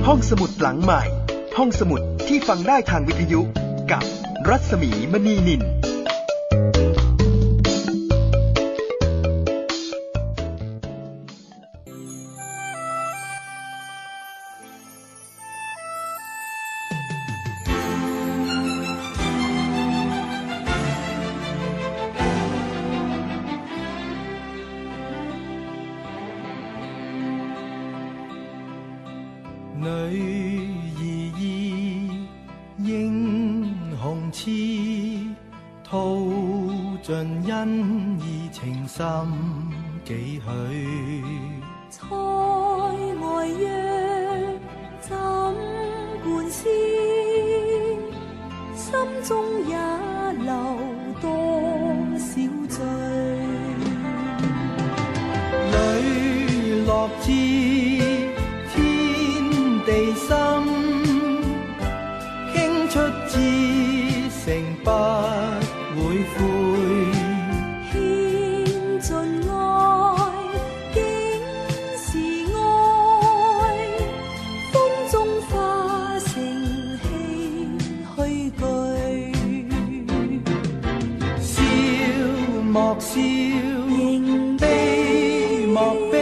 ห้องสมุดหลังใหม่ห้องสมุดที่ฟังได้ทางวิทยุกับรัศมีมณีนิน心幾許塞外約怎灌輸心中也留多少醉磊落至天地心傾出至誠不會悔笑仍悲莫悲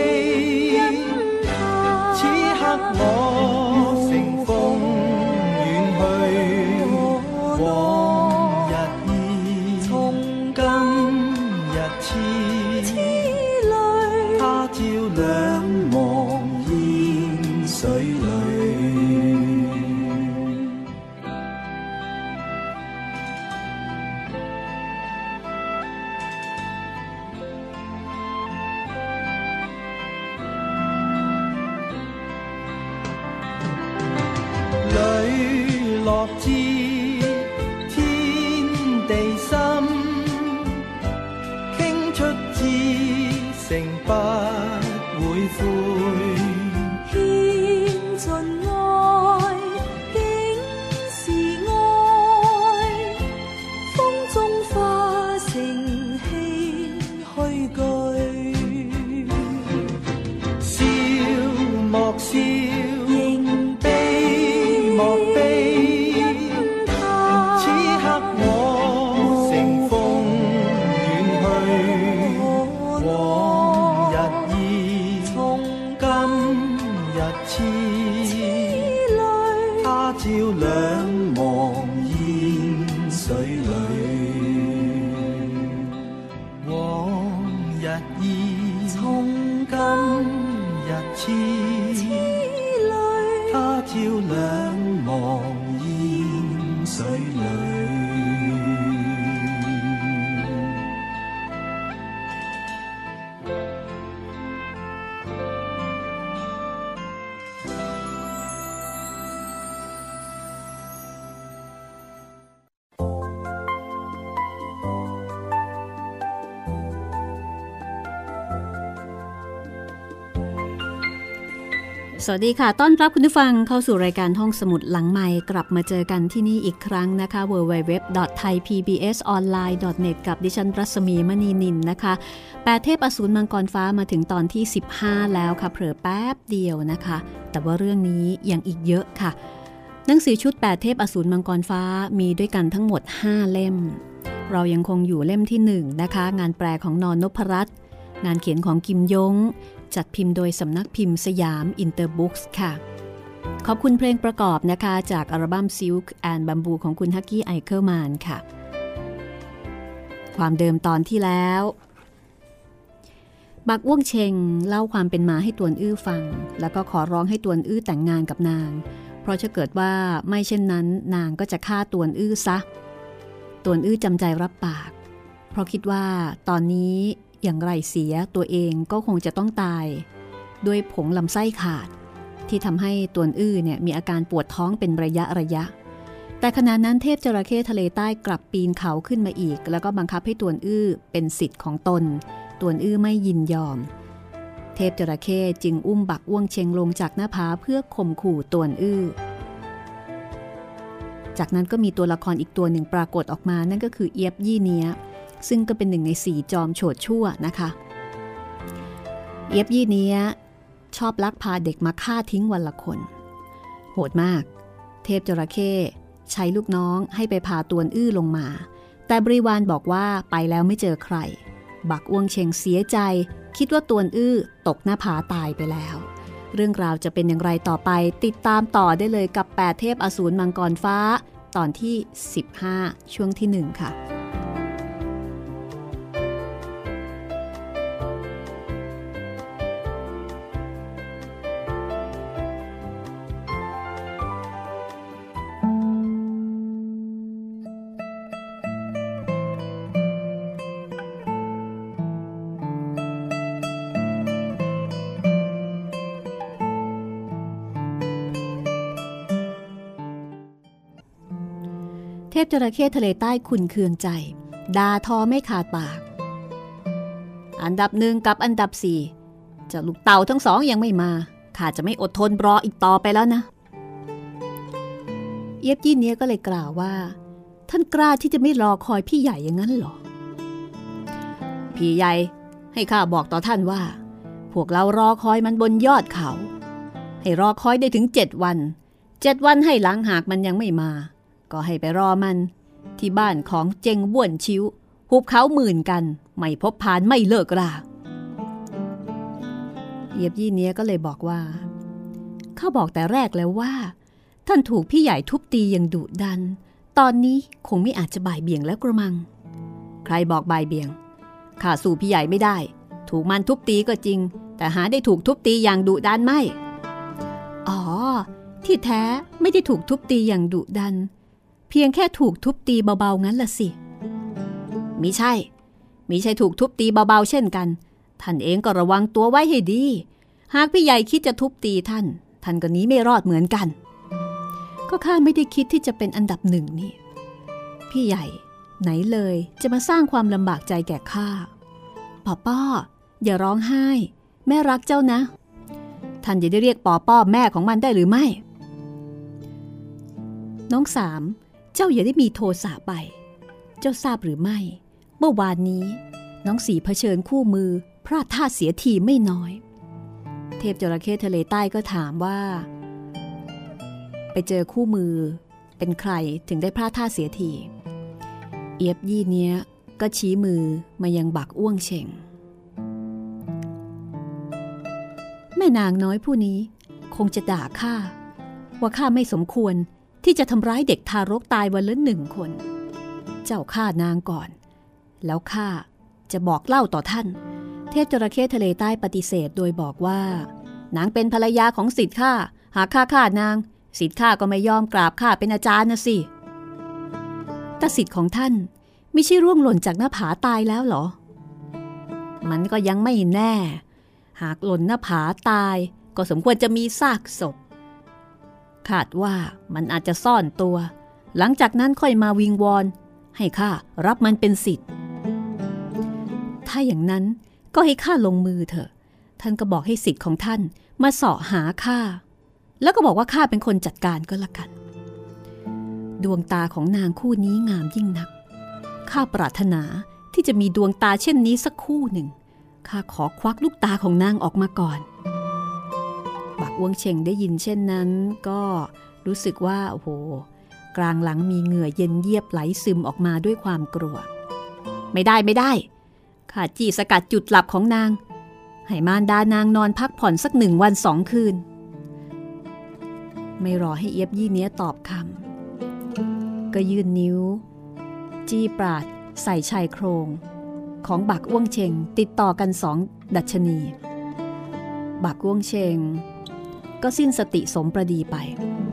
此刻我乘風遠去往日意從今日痴淚他朝兩忘煙水裏落至天地心傾出至誠不會悔獻盡愛竟是愛風中化成氣虛句笑莫笑兩忘煙水裏往日意從今日痴淚他朝兩忘煙水裏สวัสดีค่ะต้อนรับคุณผู้ฟังเข้าสู่รายการห้องสมุดหลังไมค์กลับมาเจอกันที่นี่อีกครั้งนะคะ www.thaipbsonline.net กับดิฉันรัศมีมณีนินนะคะ8เทพอสูรมังกรฟ้ามาถึงตอนที่15แล้วค่ะเผลอแป๊บเดียวนะคะแต่ว่าเรื่องนี้ยังอีกเยอะค่ะหนังสือชุด8เทพอสูรมังกรฟ้ามีด้วยกันทั้งหมด5เล่มเรายังคงอยู่เล่มที่1นะคะงานแปลของนนพรัตน์งานเขียนของกิมยงจัดพิมพ์โดยสำนักพิมพ์สยามอินเตอร์บุ๊กส์ค่ะขอบคุณเพลงประกอบนะคะจากอัลบั้ม Silk and Bamboo ของคุณฮักกี้ไอเคิลแมนค่ะความเดิมตอนที่แล้วบักอ้วงเชงเล่าความเป็นมาให้ตวนอื้อฟังแล้วก็ขอร้องให้ตวนอื้อแต่งงานกับนางเพราะถ้าเกิดว่าไม่เช่นนั้นนางก็จะฆ่าตวนอื้อซะตวนอื้อจำใจรับปากเพราะคิดว่าตอนนี้อย่างไรเสียตัวเองก็คงจะต้องตายด้วยผงลำไส้ขาดที่ทำให้ตวนอื้อเนี่ยมีอาการปวดท้องเป็นระยะแต่ขณะนั้นเทพจระเข้ทะเลใต้กลับปีนเขาขึ้นมาอีกแล้วก็บังคับให้ตวนอื้อเป็นศิษย์ของตนตวนอื้อไม่ยินยอมเทพจระเข้จึงอุ้มบักอ้วงเชงลงจากหน้าผาเพื่อข่มขู่ตวนอื้อจากนั้นก็มีตัวละครอีกตัวหนึ่งปรากฏออกมานั่นก็คือเอียบยี่เนี้ยซึ่งก็เป็นหนึ่งใน4จอมโฉดชั่วนะคะเอียบยี่เนี้ยชอบลักพาเด็กมาฆ่าทิ้งวันละคนโหดมากเทพจระเข้ใช้ลูกน้องให้ไปพาตวนอื้อลงมาแต่บริวารบอกว่าไปแล้วไม่เจอใครบักอ้วงเชงเสียใจคิดว่าตวนอื้อตกหน้าผาตายไปแล้วเรื่องราวจะเป็นอย่างไรต่อไปติดตามต่อได้เลยกับ8เทพอสูรมังกรฟ้าตอนที่15ช่วงที่1ค่ะเทพจระเข้ทะเลใต้ขุ่นเคืองใจด่าทอไม่ขาดปากอันดับ1กับอันดับ4เจ้าลูกเต่าทั้งสองยังไม่มาข้าจะไม่อดทนรออีกต่อไปแล้วนะเอียบยี่เนี้ยก็เลยกล่าวว่าท่านกล้าที่จะไม่รอคอยพี่ใหญ่อย่างนั้นหรอพี่ใหญ่ให้ข้าบอกต่อท่านว่าพวกเรารอคอยมันบนยอดเขาให้รอคอยได้ถึง7 วัน7 วันให้หลังหากมันยังไม่มาก็ให้ไปรอมันที่บ้านของเจงว่วนชิวหุบเขาหมื่นกันไม่พบพานไม่เลิกราเอียบยี่เนี้ยก็เลยบอกว่าข้าบอกแต่แรกแล้วว่าท่านถูกพี่ใหญ่ทุบตีอย่างดุดันตอนนี้คงไม่อาจจะบ่ายเบี่ยงแล้วกระมังใครบอกบ่ายเบี่ยงข้าสู้พี่ใหญ่ไม่ได้ถูกมันทุบตีก็จริงแต่หาได้ถูกทุบตีอย่างดุดันไม่อ๋อที่แท้ไม่ได้ถูกทุบตีอย่างดุดันเพียงแค่ถูกทุบตีเบาๆงั้นล่ะสิมิใช่ถูกทุบตีเบาๆเช่นกันท่านเองก็ระวังตัวไว้ให้ดีหากพี่ใหญ่คิดจะทุบตีท่านก็หนีไม่รอดเหมือนกันก็ข้าไม่ได้คิดที่จะเป็นอันดับ1นี่พี่ใหญ่ไหนเลยจะมาสร้างความลำบากใจแก่ข้าป้ออย่าร้องไห้แม่รักเจ้านะท่านจะได้เรียกป้อแม่ของมันได้หรือไม่น้อง3เจ้าอย่าได้มีโทสะไปเจ้าทราบหรือไม่เมื่อวานนี้น้อง4เผชิญคู่มือพลาดท่าเสียทีไม่น้อยเทพจระเข้ทะเลใต้ก็ถามว่าไปเจอคู่มือเป็นใครถึงได้พลาดท่าเสียทีเอียบยี่เนี้ยก็ชี้มือมายังบักอ้วงเฉ่งแม่นางน้อยผู้นี้คงจะด่าข้าว่าข้าไม่สมควรที่จะทำร้ายเด็กทารกตายวันละ1 คนเจ้าฆ่านางก่อนแล้วข้าจะบอกเล่าต่อท่านเทพจระเข้ทะเลใต้ปฏิเสธโดยบอกว่านางเป็นภรรยาของศิษย์ข้าหากข้าฆ่านางศิษย์ข้าก็ไม่ยอมกราบข้าเป็นอาจารย์นะสิแต่ศิษย์ของท่านไม่ใช่ร่วงหล่นจากหน้าผาตายแล้วเหรอมันก็ยังไม่แน่หากหล่นหน้าผาตายก็สมควรจะมีซากศพคาดว่ามันอาจจะซ่อนตัวหลังจากนั้นค่อยมาวิงวอนให้ข้ารับมันเป็นศิษย์ถ้าอย่างนั้นก็ให้ข้าลงมือเถอะท่านก็บอกให้ศิษย์ของท่านมาเสาะหาข้าแล้วก็บอกว่าข้าเป็นคนจัดการก็แล้วกันดวงตาของนางคู่นี้งามยิ่งนักข้าปรารถนาที่จะมีดวงตาเช่นนี้สักคู่หนึ่งข้าขอควักลูกตาของนางออกมาก่อนบักอ้วงเชงได้ยินเช่นนั้นก็รู้สึกว่าโอ้โหกลางหลังมีเหงื่อเย็นเยียบไหลซึมออกมาด้วยความกลัวไม่ได้ข้าจี้สกัดจุดหลับของนางให้มารดานางนอนพักผ่อนสัก1 วัน 2 คืนไม่รอให้เอียบยี่เนี้ยตอบคำก็ยื่นนิ้วจี้ปราดใส่ชายโครงของบักอ้วงเชงติดต่อกัน2 ดัชนีบักอ้วงเชงก็สิ้นสติสมประดีไป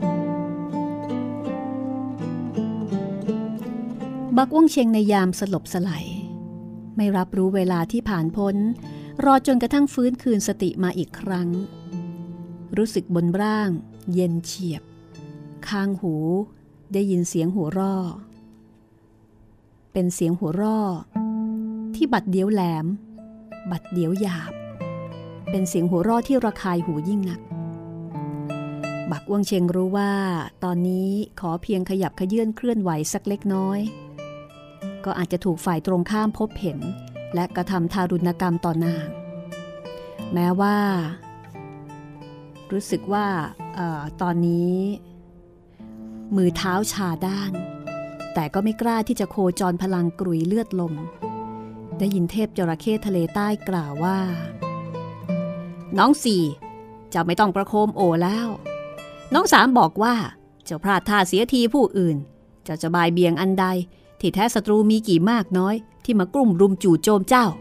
บักอ้วงเชงในยามสลบสลายไม่รับรู้เวลาที่ผ่านพ้นรอจนกระทั่งฟื้นคืนสติมาอีกครั้งรู้สึกบนร่างเย็นเฉียบข้างหูได้ยินเสียงหัวเราะเป็นเสียงหัวเราะที่บัดเดียวแหลมบัดเดียวหยาบเป็นเสียงหัวเราะที่ระคายหูยิ่งนักบักอ้วงเชงรู้ว่าตอนนี้ขอเพียงขยับขยื่นเคลื่อนไหวสักเล็กน้อยก็อาจจะถูกฝ่ายตรงข้ามพบเห็นและกระทำทารุณกรรมต่อนางแม้ว่ารู้สึกว่าตอนนี้มือเท้าชาด้านแต่ก็ไม่กล้าที่จะโคจรพลังกรุยเลือดลมได้ยินเทพจระเข้ทะเลใต้กล่าวว่าน้องสี่เจ้าไม่ต้องประโคมโอแล้วน้องสามบอกว่าเจ้าพลาดท่าเสียทีผู้อื่นเจ้าจะบายเบี่ยงอันใดที่แท้ศัตรูมีกี่มากน้อยที่มากลุ่มรุมจู่โจมเจ้า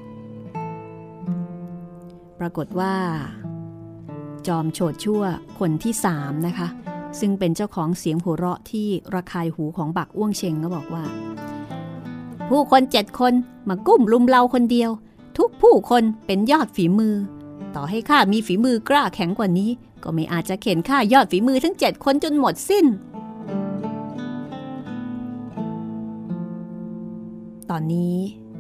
ปรากฏว่าจอมโฉดชั่วคนที่3นะคะซึ่งเป็นเจ้าของเสียงหัวเราะที่ระคายหูของบักอ้วงเชงก็บอกว่าผู้คน7 คนมากุ้มลุมเราคนเดียวทุกผู้คนเป็นยอดฝีมือต่อให้ข้ามีฝีมือกล้าแข็งกว่านี้ก็ไม่อาจจะเข็นข้ายอดฝีมือทั้ง7 คนจนหมดสิ้นตอนนี้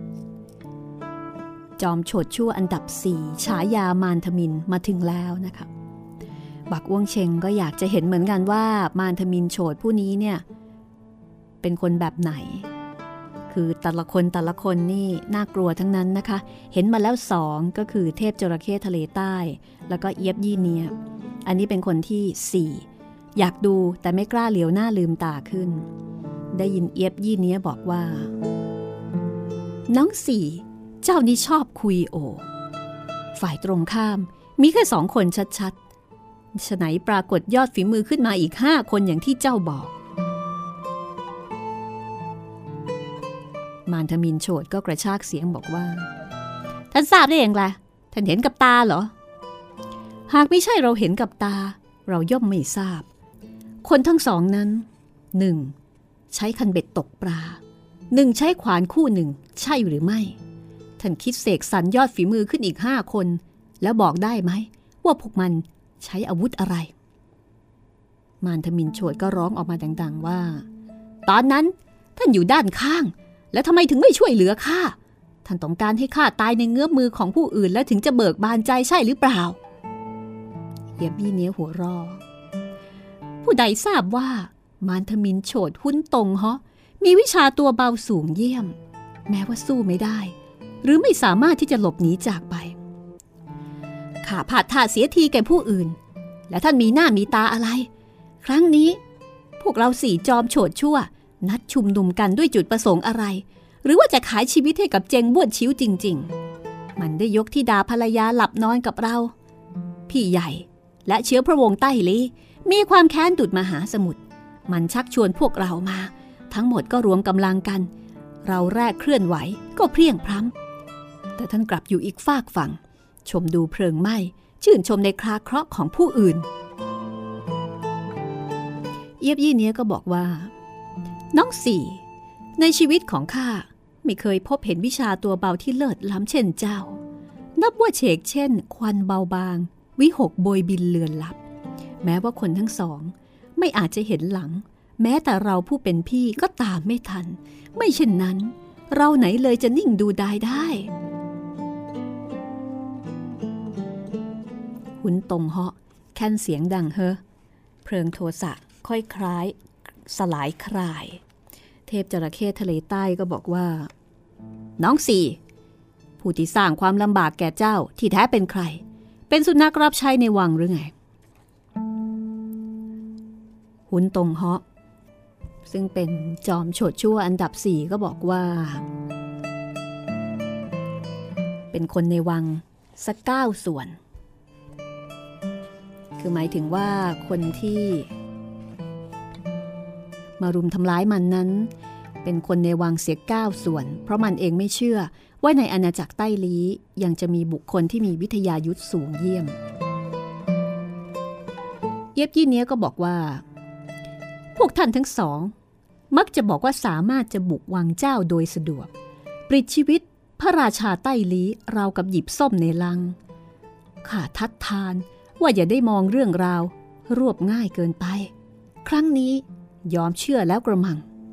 จอมโฉดชั่วอันดับ4ฉายามารทมิฬมาถึงแล้วนะคะบักอ้วงเชงก็อยากจะเห็นเหมือนกันว่ามารทมิฬโฉดผู้นี้เนี่ยเป็นคนแบบไหนคือแต่ละคนนี่น่ากลัวทั้งนั้นนะคะเห็นมาแล้ว2ก็คือเทพจระเข้ทะเลใต้แล้วก็เอี๊ยบยี่เนียอันนี้เป็นคนที่4อยากดูแต่ไม่กล้าเหลียวหน้าลืมตาขึ้นได้ยินเอี๊ยบยี่เนียบอกว่าน้องสี่เจ้านี่ชอบคุยโอฝ่ายตรงข้ามมีแค่2 คนชัดๆฉะไหนปรากฏยอดฝีมือขึ้นมาอีก5 คนอย่างที่เจ้าบอกมารทมิฬโฉดก็กระชากเสียงบอกว่าท่านทราบได้อย่างไรท่านเห็นกับตาเหรอหากไม่ใช่เราเห็นกับตาเราย่อมไม่ทราบคนทั้งสองนั้น 1. ใช้คันเบ็ดตกปลา 1. ใช้ขวานคู่หนึ่งใช่หรือไม่ท่านคิดเสกสรรยอดฝีมือขึ้นอีก5 คนแล้วบอกได้ไหมว่าพวกมันใช้อาวุธอะไรมารทมิฬโฉดก็ร้องออกมาดังๆว่าตอนนั้นท่านอยู่ด้านข้างแล้วทำไมถึงไม่ช่วยเหลือข้าท่านต้องการให้ข้าตายในเงื้อมมือของผู้อื่นแล้วถึงจะเบิกบานใจใช่หรือเปล่าเอี๊ยบยี่เนี้ยหัวเราะผู้ใดทราบว่ามารทมิฬโฉดหุ้นตงเหาะมีวิชาตัวเบาสูงเยี่ยมแม้ว่าสู้ไม่ได้หรือไม่สามารถที่จะหลบหนีจากไปข้าพลาดท่าเสียทีแก่ผู้อื่นและท่านมีหน้ามีตาอะไรครั้งนี้พวกเรา4 จอมโฉดชั่วนัดชุมนุมกันด้วยจุดประสงค์อะไรหรือว่าจะขายชีวิตให้กับเจงบ้วนชิวจริงๆมันได้ยกธิดาภรรยาหลับนอนกับเราพี่ใหญ่และเชื้อพระวงศ์ไต้ลี้มีความแค้นดุจมหาสมุทรมันชักชวนพวกเรามาทั้งหมดก็รวมกำลังกันเราแรกเคลื่อนไหวก็เพรียงพร้ำแต่ท่านกลับอยู่อีกฝากฝั่งชมดูเพลิงไหม้ชื่นชมในคราเคราะห์ของผู้อื่นเอี๊ยบยี่เนี้ยก็บอกว่าน้องสี่ในชีวิตของข้าไม่เคยพบเห็นวิชาตัวเบาที่เลิศล้ำเช่นเจ้านับว่าเฉกเช่นควันเบาบางวิหกโบยบินเลือนลับแม้ว่าคนทั้งสองไม่อาจจะเห็นหลังแม้แต่เราผู้เป็นพี่ก็ตามไม่ทันไม่เช่นนั้นเราไหนเลยจะนิ่งดูดายได้หุนตงเหาะแค่นเสียงดังเฮเพลิงโทสะค่อยคล้ายสลายคลายเทพจระเข้ทะเลใต้ก็บอกว่าน้องสี่ผู้ที่สร้างความลำบากแก่เจ้าที่แท้เป็นใครเป็นสุนัขรับใช้ในวังหรือไงหุนตงเหาะซึ่งเป็นจอมโฉดชั่วอันดับ4ก็บอกว่าเป็นคนในวังสัก9 ส่วนคือหมายถึงว่าคนที่มารุมทำร้ายมันนั้นเป็นคนในวังเสีย9 ส่วนเพราะมันเองไม่เชื่อว่าในอาณาจักรไต้ลี้ยังจะมีบุคคลที่มีวิทยายุทธสูงเยี่ยมเอี๊ยบยี่เนี้ยก็บอกว่าพวกท่านทั้งสองมักจะบอกว่าสามารถจะบุกวังเจ้าโดยสะดวกปลิดชีวิตพระราชาไต้ลี้ราวกับหยิบส้มในลังข้าทัดทานว่าอย่าได้มองเรื่องราวรวบง่ายเกินไปครั้งนี้ยอมเชื่อแล้วกระมัง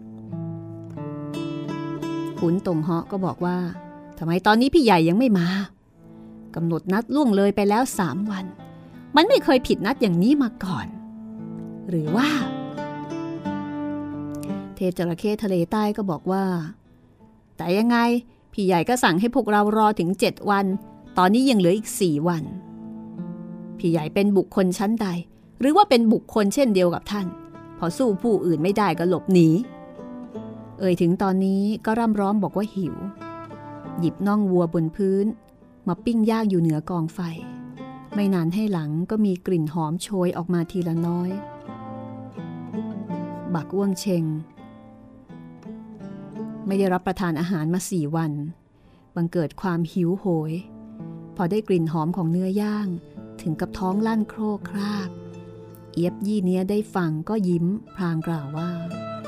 ขุนตงเหาะก็บอกว่าทำไมตอนนี้พี่ใหญ่ยังไม่มากำหนดนัดล่วงเลยไปแล้ว3 วันมันไม่เคยผิดนัดอย่างนี้มาก่อนหรือว่าเทพจระเข้ทะเลใต้ก็บอกว่าแต่ยังไงพี่ใหญ่ก็สั่งให้พวกเรารอถึง7 วันตอนนี้ยังเหลืออีก4 วันพี่ใหญ่เป็นบุคคลชั้นใดหรือว่าเป็นบุคคลเช่นเดียวกับท่านพอสู้ผู้อื่นไม่ได้ก็หลบหนีถึงตอนนี้ก็ร่ำร้องบอกว่าหิวหยิบน่องวัวบนพื้นมาปิ้งย่างอยู่เหนือกองไฟไม่นานให้หลังก็มีกลิ่นหอมโชยออกมาทีละน้อยบักอ้วงเชงไม่ได้รับประทานอาหารมา4 วันบังเกิดความหิวโหยพอได้กลิ่นหอมของเนื้อย่างถึงกับท้องลั่นโครกครากเอียบยี่เนี้ยได้ฟังก็ยิ้มพลางกล่าวว่า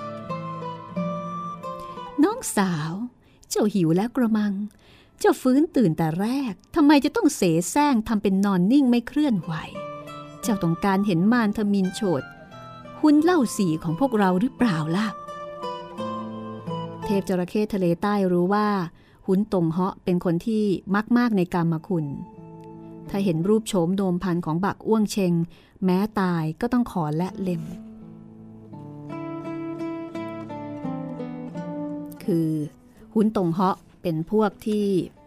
น้องสาวเจ้าหิวแล้วกระมังเจ้าฟื้นตื่นแต่แรกทำไมจะต้องเสแสร้งทำเป็นนอนนิ่งไม่เคลื่อนไหวเจ้าต้องการเห็นมารทมินโฉดหุ้นเหล้าสีของพวกเราหรือเปล่าล่ะเทพจระเข้ทะเลใต้รู้ว่าหุนตงเหาะเป็นคนที่มากในกามคุณถ้าเห็นรูปโฉมโดมพันของบักอ้วงเชงแม้ตายก็ต้องขอและเล็มคือหุนตงเหาะเป็นพวกที่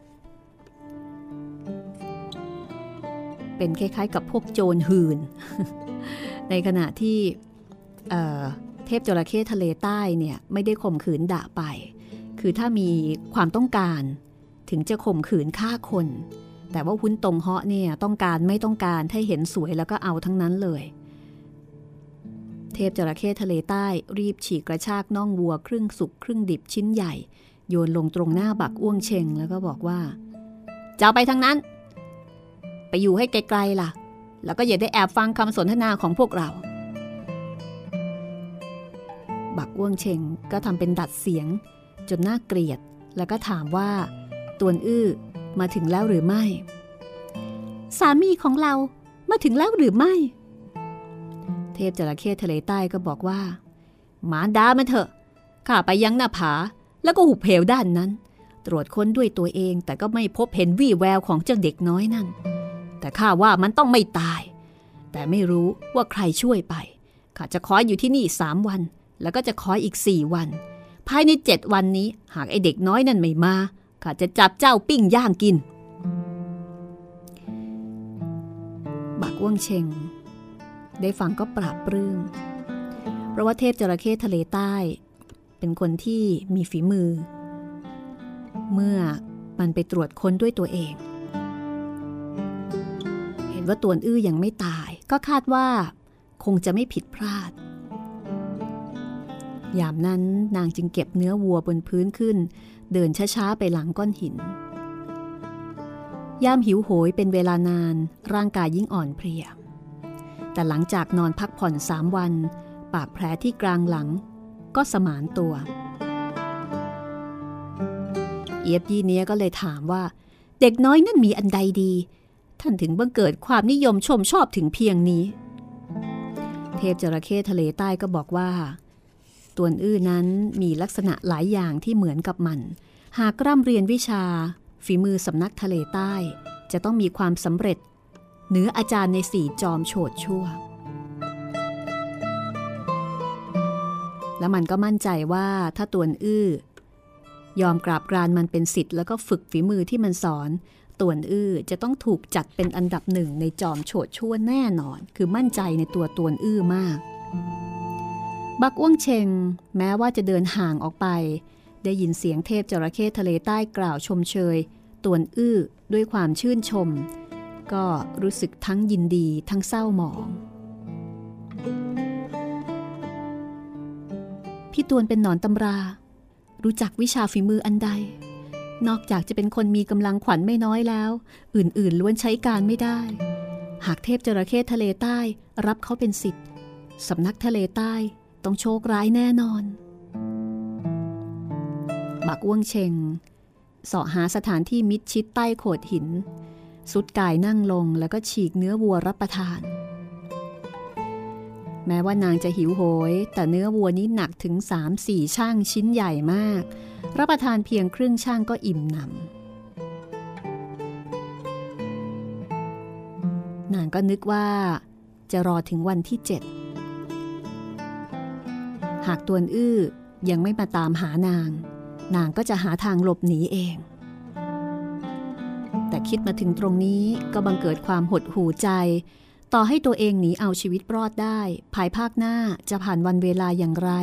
เป็นคล้ายๆกับพวกโจรหื่น ในขณะที่เทพจระเข้ทะเลใต้เนี่ยไม่ได้ข่มขืนด่าไปคือถ้ามีความต้องการถึงจะข่มขืนฆ่าคนแต่ว่าหุนตงเหาะเนี่ยต้องการไม่ต้องการถ้าเห็นสวยแล้วก็เอาทั้งนั้นเลยเทพจระเข้ทะเลใต้รีบฉีกกระชากน่องวัวครึ่งสุกครึ่งดิบชิ้นใหญ่โยนลงตรงหน้าบักอ้วงเชงแล้วก็บอกว่าจะไปทางนั้นไปอยู่ให้ไกลๆล่ะแล้วก็อย่าได้แอบฟังคำสนทนาของพวกเราบักอ้วงเชงก็ทำเป็นดัดเสียงจนน่าเกลียดแล้วก็ถามว่าตวนอื้อมาถึงแล้วหรือไม่สามีของเรามาถึงแล้วหรือไม่เทพจระเข้ทะเลใต้ก็บอกว่าหมาด่ามันเถอะข้าไปยังหน้าผาแล้วก็หุบเหวด้านนั้นตรวจค้นด้วยตัวเองแต่ก็ไม่พบเห็นวี่แววของเจ้าเด็กน้อยนั่นแต่ข้าว่ามันต้องไม่ตายแต่ไม่รู้ว่าใครช่วยไปข้าจะคอยอยู่ที่นี่3 วันแล้วก็จะคอยอีก4 วันภายใน7 วันนี้หากไอเด็กน้อยนั่นไม่มาข้าจะจับเจ้าปิ้งย่างกินบักอ้วงเชงได้ฟังก็ปราบปลื้มเพราะว่าเทพจระเข้ทะเลใต้เป็นคนที่มีฝีมือเมื่อมันไปตรวจค้นด้วยตัวเองเห็นว่าตวนอื้อยังไม่ตายก็คาดว่าคงจะไม่ผิดพลาดยามนั้นนางจึงเก็บเนื้อวัวบนพื้นขึ้นเดินช้าๆไปหลังก้อนหินยามหิวโหยเป็นเวลานานร่างกายยิ่งอ่อนเพลียแต่หลังจากนอนพักผ่อน3 วันปากแผลที่กลางหลังก็สมานตัวเอียบยี่เนี้ยก็เลยถามว่าเด็กน้อยนั่นมีอันใดดีท่านถึงบังเกิดความนิยมชมชอบถึงเพียงนี้เทพจระเข้ทะเลใต้ก็บอกว่าตวนอื้อนั้นมีลักษณะหลายอย่างที่เหมือนกับมันหากร่ำเรียนวิชาฝีมือสำนักทะเลใต้จะต้องมีความสำเร็จเหนืออาจารย์ใน4 จอมโฉดชั่วและมันก็มั่นใจว่าถ้าตวนอื้อยอมกราบกรานมันเป็นศิษย์แล้วก็ฝึกฝีมือที่มันสอนตวนอื้อจะต้องถูกจัดเป็นอันดับ1ในจอมโฉดชั่วแน่นอนคือมั่นใจในตัวตวนอื้อมากบักอ้วงเชงแม้ว่าจะเดินห่างออกไปได้ยินเสียงเทพจระเข้ทะเลใต้กล่าวชมเชยตวนอื้อด้วยความชื่นชมก็รู้สึกทั้งยินดีทั้งเศร้าหมองพี่ตวนเป็นหนอนตำรารู้จักวิชาฝีมืออันใดนอกจากจะเป็นคนมีกำลังขวัญไม่น้อยแล้วอื่นๆล้วนใช้การไม่ได้หากเทพจระเข้ทะเลใต้รับเขาเป็นศิษย์สำนักทะเลใต้ต้องโชคร้ายแน่นอนบักอ้วงเชงเสาะหาสถานที่มิดชิดใต้โขดหินสุดกายนั่งลงแล้วก็ฉีกเนื้อวัวรับประทานแม้ว่านางจะหิวโหยแต่เนื้อวัวนี้หนักถึง 3-4 ช่างชิ้นใหญ่มากรับประทานเพียงครึ่งช่างก็อิ่มหนำนางก็นึกว่าจะรอถึงวันที่7หากตวนอื้อยังไม่มาตามหานางก็จะหาทางหลบหนีเองแต่คิดมาถึงตรงนี้ก็บังเกิดความหดหู่ใจต่อให้ตัวเองหนีเอาชีวิตรอดได้ภายภาคหน้าจะผ่านวันเวลาอย่างไร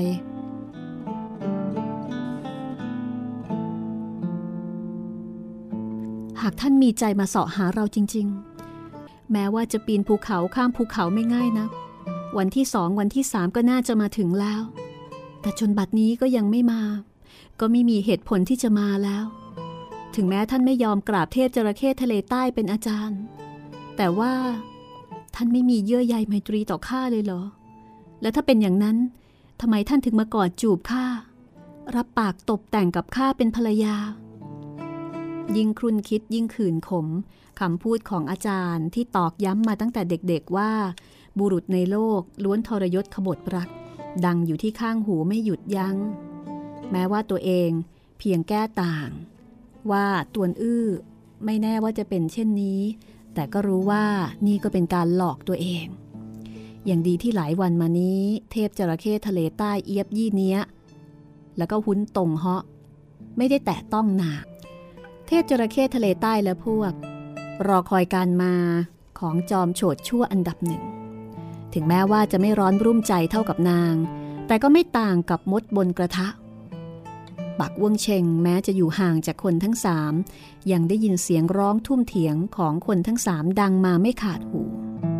หากท่านมีใจมาเสาะหาเราจริงๆแม้ว่าจะปีนภูเขาข้ามภูเขาไม่ง่ายนักวันที่2วันที่3ก็น่าจะมาถึงแล้วแต่จนบัดนี้ก็ยังไม่มาก็ไม่มีเหตุผลที่จะมาแล้วถึงแม้ท่านไม่ยอมกราบเทพจระเข้ทะเลใต้เป็นอาจารย์แต่ว่าท่านไม่มีเยื่อใยไมตรีต่อข้าเลยเหรอแล้วถ้าเป็นอย่างนั้นทำไมท่านถึงมากอดจูบข้ารับปากตบแต่งกับข้าเป็นภรรยายิ่งครุ่นคิดยิ่งขืนขมคำพูดของอาจารย์ที่ตอกย้ำมาตั้งแต่เด็กๆว่าบุรุษในโลกล้วนทรยศขบถรักดังอยู่ที่ข้างหูไม่หยุดยัง้งแม้ว่าตัวเองเพียงแก้ต่างว่าตวนอื้อไม่แน่ว่าจะเป็นเช่นนี้แต่ก็รู้ว่านี่ก็เป็นการหลอกตัวเองอย่างดีที่หลายวันมานี้เทพจระเข้ทะเลใต้เอียบยี่เนี้ยแล้วก็หุ้นตรงเหาะไม่ได้แตะต้องนางเทพจระเข้ทะเลใต้และพวกรอคอยการมาของจอมโฉดชั่วอันดับหนึ่งถึงแม้ว่าจะไม่ร้อนรุ่มใจเท่ากับนางแต่ก็ไม่ต่างกับมดบนกระทะบักว่วงเชงแม้จะอยู่ห่างจากคนทั้งสามยังได้ยินเสียงร้องทุ่มเถียงของคนทั้งสามดังมาไม่ขาดหู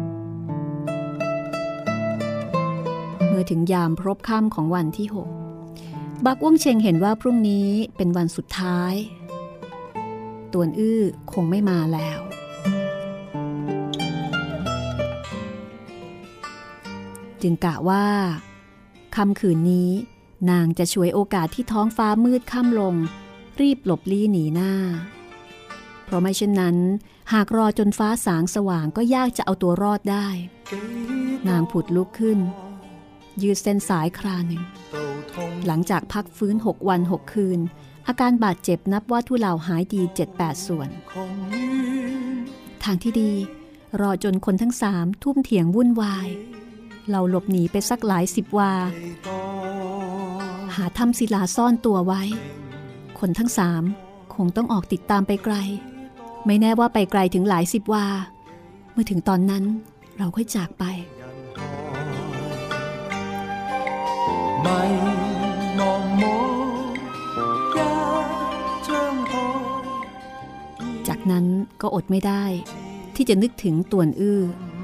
เมื่อถึงยามพรบค่ำของวันที่6บักว่วงเชงเห็นว่าพรุ่งนี้เป็นวันสุดท้ายตวนอื้อคงไม่มาแล้วจึงกะว่าค่ำคืนนี้นางจะฉวยโอกาสที่ท้องฟ้ามืดค่ำลงรีบหลบลี้หนีหน้าเพราะไม่เช่นนั้นหากรอจนฟ้าสางสว่างก็ยากจะเอาตัวรอดได้นางผุดลุกขึ้นยืดเส้นสายคราหนึ่งหลังจากพักฟื้น6 วัน6 คืนอาการบาดเจ็บนับว่าทุเลาหายดี 7-8 ส่วนทางที่ดีรอจนคนทั้ง3ทุ่มเถียงวุ่นวายเราหลบหนีไปสักหลาย10 วาหาถ้ำศิลาซ่อนตัวไว้คนทั้ง3คงต้องออกติดตามไปไกลไม่แน่ว่าไปไกลถึงหลาย10 วาเมื่อถึงตอนนั้นเราค่อยจากไปไม่มองมองจากนั้นก็อดไม่ได้ที่จะนึกถึงตวนอื้อ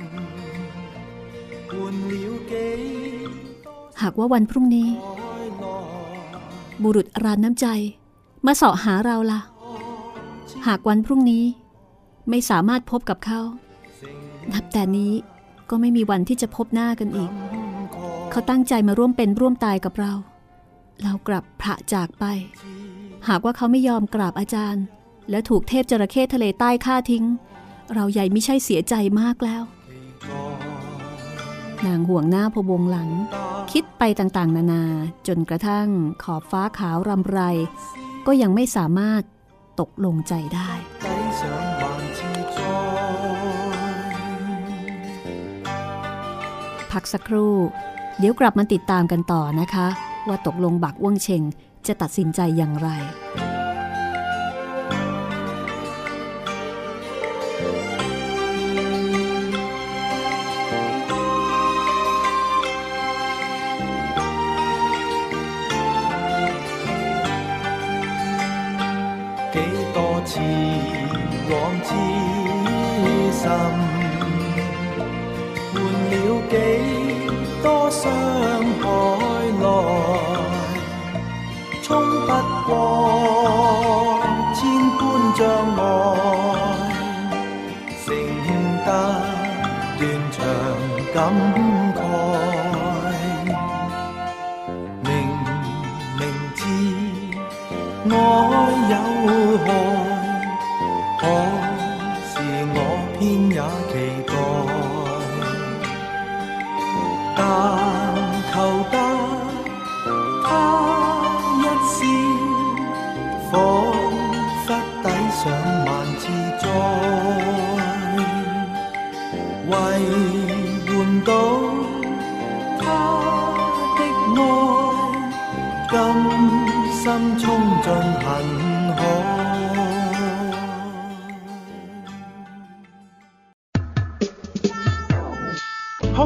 หากว่าวันพรุ่งนี้บุรุษรานน้ำใจมาเสาะหาเราล่ะหากวันพรุ่งนี้ไม่สามารถพบกับเขานับแต่นี้ก็ไม่มีวันที่จะพบหน้ากันอีกเขาตั้งใจมาร่วมเป็นร่วมตายกับเรากลับพระจากไปหากว่าเขาไม่ยอมกราบอาจารย์และถูกเทพจระเข้ทะเลใต้ฆ่าทิ้งเราใหญ่ไม่ใช่เสียใจมากแล้วนางห่วงหน้าพะวงหลังคิดไปต่างๆนานาจนกระทั่งขอบฟ้าขาวรำไรก็ยังไม่สามารถตกลงใจได้พักสักครู่เดี๋ยวกลับมาติดตามกันต่อนะคะว่าตกลงบักว่วงเชงจะตัดสินใจอย่างไร似往之心，換了幾多傷害來，衝不過千般障礙，剩得斷腸感慨。明明知愛有害。可是我偏也期待，但求得他一笑，彷彿抵上萬次災，為換到他的愛，甘心衝進恨海。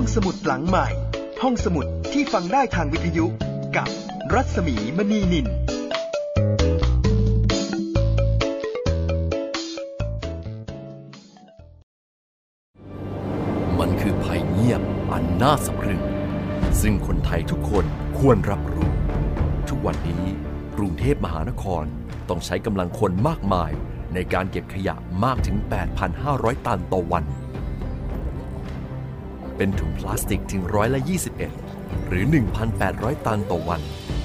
สมุดหลังใหม่ห้องสมุดที่ฟังได้ทางวิทยุกับรัศมีมณีนินมันคือภัยเงียบอันน่าสะพรึงซึ่งคนไทยทุกคนควรรับรู้ทุกวันนี้กรุงเทพมหานครต้องใช้กำลังคนมากมายในการเก็บขยะมากถึง 8,500 ตันต่อวันเป็นถุงพลาสติกถึง21%หรือ 1,800 ตันต่อวัน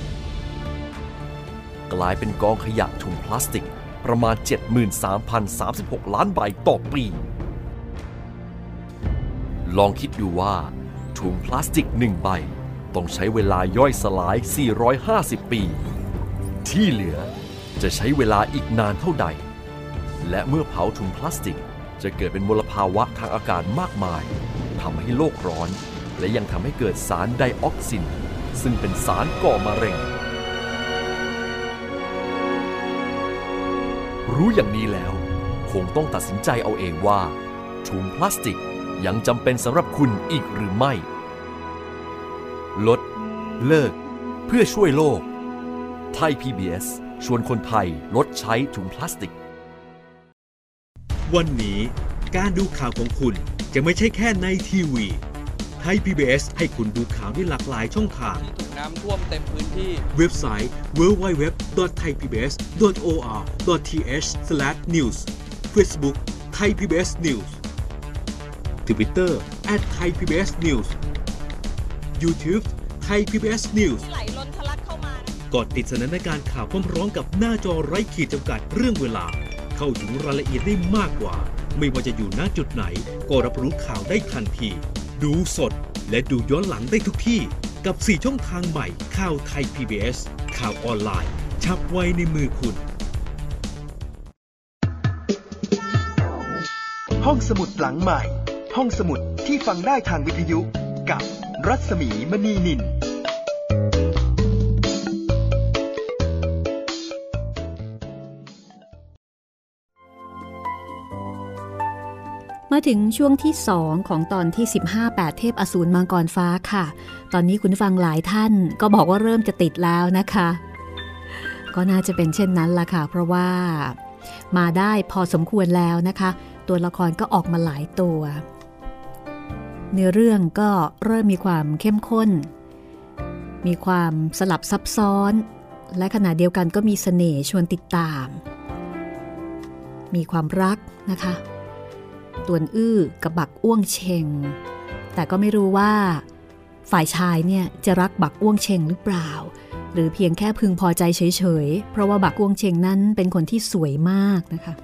กลายเป็นกองขยะถุงพลาสติกประมาณ 73,036 ล้านใบต่อปีลองคิดดูว่าถุงพลาสติก1ใบต้องใช้เวลาย่อยสลาย450ปีที่เหลือจะใช้เวลาอีกนานเท่าใดและเมื่อเผาถุงพลาสติกจะเกิดเป็นมลภาวะทางอากาศมากมายทำให้โลกร้อนและยังทำให้เกิดสารไดออกซินซึ่งเป็นสารก่อมะเร็งรู้อย่างนี้แล้วคงต้องตัดสินใจเอาเองว่าถุงพลาสติกยังจำเป็นสำหรับคุณอีกหรือไม่ลดเลิกเพื่อช่วยโลกไทย PBS ชวนคนไทยลดใช้ถุงพลาสติกวันนี้การดูข่าวของคุณจะไม่ใช่แค่ในทีวีไทย PBS ให้คุณดูข่าวได้หลากหลายช่องทางถูกน้ำท่วมเต็มพื้นที่เว็บไซต์ www.thaipbs.or.th/news Facebook Thai PBS News Twitter @thaipbsnews YouTube Thai PBS News ไหลล้นทะลักเข้ามากดติดสนันในการข่าวพร้อมๆกับหน้าจอไร้ขีดจำกัดเรื่องเวลาเข้าถึงรายละเอียดได้มากกว่าไม่ว่าจะอยู่ณจุดไหนก็รับรู้ข่าวได้ทันทีดูสดและดูย้อนหลังได้ทุกที่กับ4ช่องทางใหม่ข่าวไทย PBS ข่าวออนไลน์ฉับไวในมือคุณห้องสมุดหลังใหม่ห้องสมุดที่ฟังได้ทางวิทยุกับรัศมีมณีนินมาถึงช่วงที่2ของตอนที่15 8เทพอสูรมังกรฟ้าค่ะตอนนี้คุณฟังหลายท่านก็บอกว่าเริ่มจะติดแล้วนะคะก็น่าจะเป็นเช่นนั้นล่ะค่ะเพราะว่ามาได้พอสมควรแล้วนะคะตัวละครก็ออกมาหลายตัวเนื้อเรื่องก็เริ่มมีความเข้มข้นมีความสลับซับซ้อนและขณะเดียวกันก็มีเสน่ห์ชวนติดตามมีความรักนะคะตวนอื้อกับบักอ้วงเชงแต่ก็ไม่รู้ว่าฝ่ายชายเนี่ยจะรักบักอ้วงเชงหรือเปล่าหรือเพียงแค่พึงพอใจเฉยๆเพราะว่าบักอ้วงเชงนั้นเป็นคนที่สวยมากนะคะ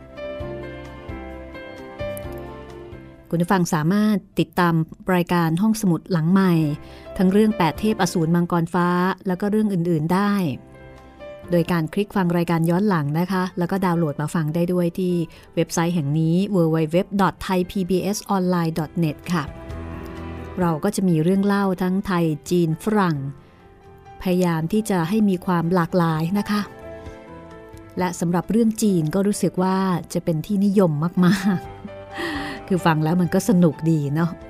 คุณผู้ฟังสามารถติดตามรายการห้องสมุดหลังใหม่ทั้งเรื่อง8เทพอสูรมังกรฟ้าแล้วก็เรื่องอื่นๆได้โดยการคลิกฟังรายการย้อนหลังนะคะแล้วก็ดาวน์โหลดมาฟังได้ด้วยที่เว็บไซต์แห่งนี้ www.thaipbsonline.net ค่ะเราก็จะมีเรื่องเล่าทั้งไทยจีนฝรั่งพยายามที่จะให้มีความหลากหลายนะคะและสำหรับเรื่องจีนก็รู้สึกว่าจะเป็นที่นิยมมากๆคือฟังแล้วมันก็สนุกดีเนาะ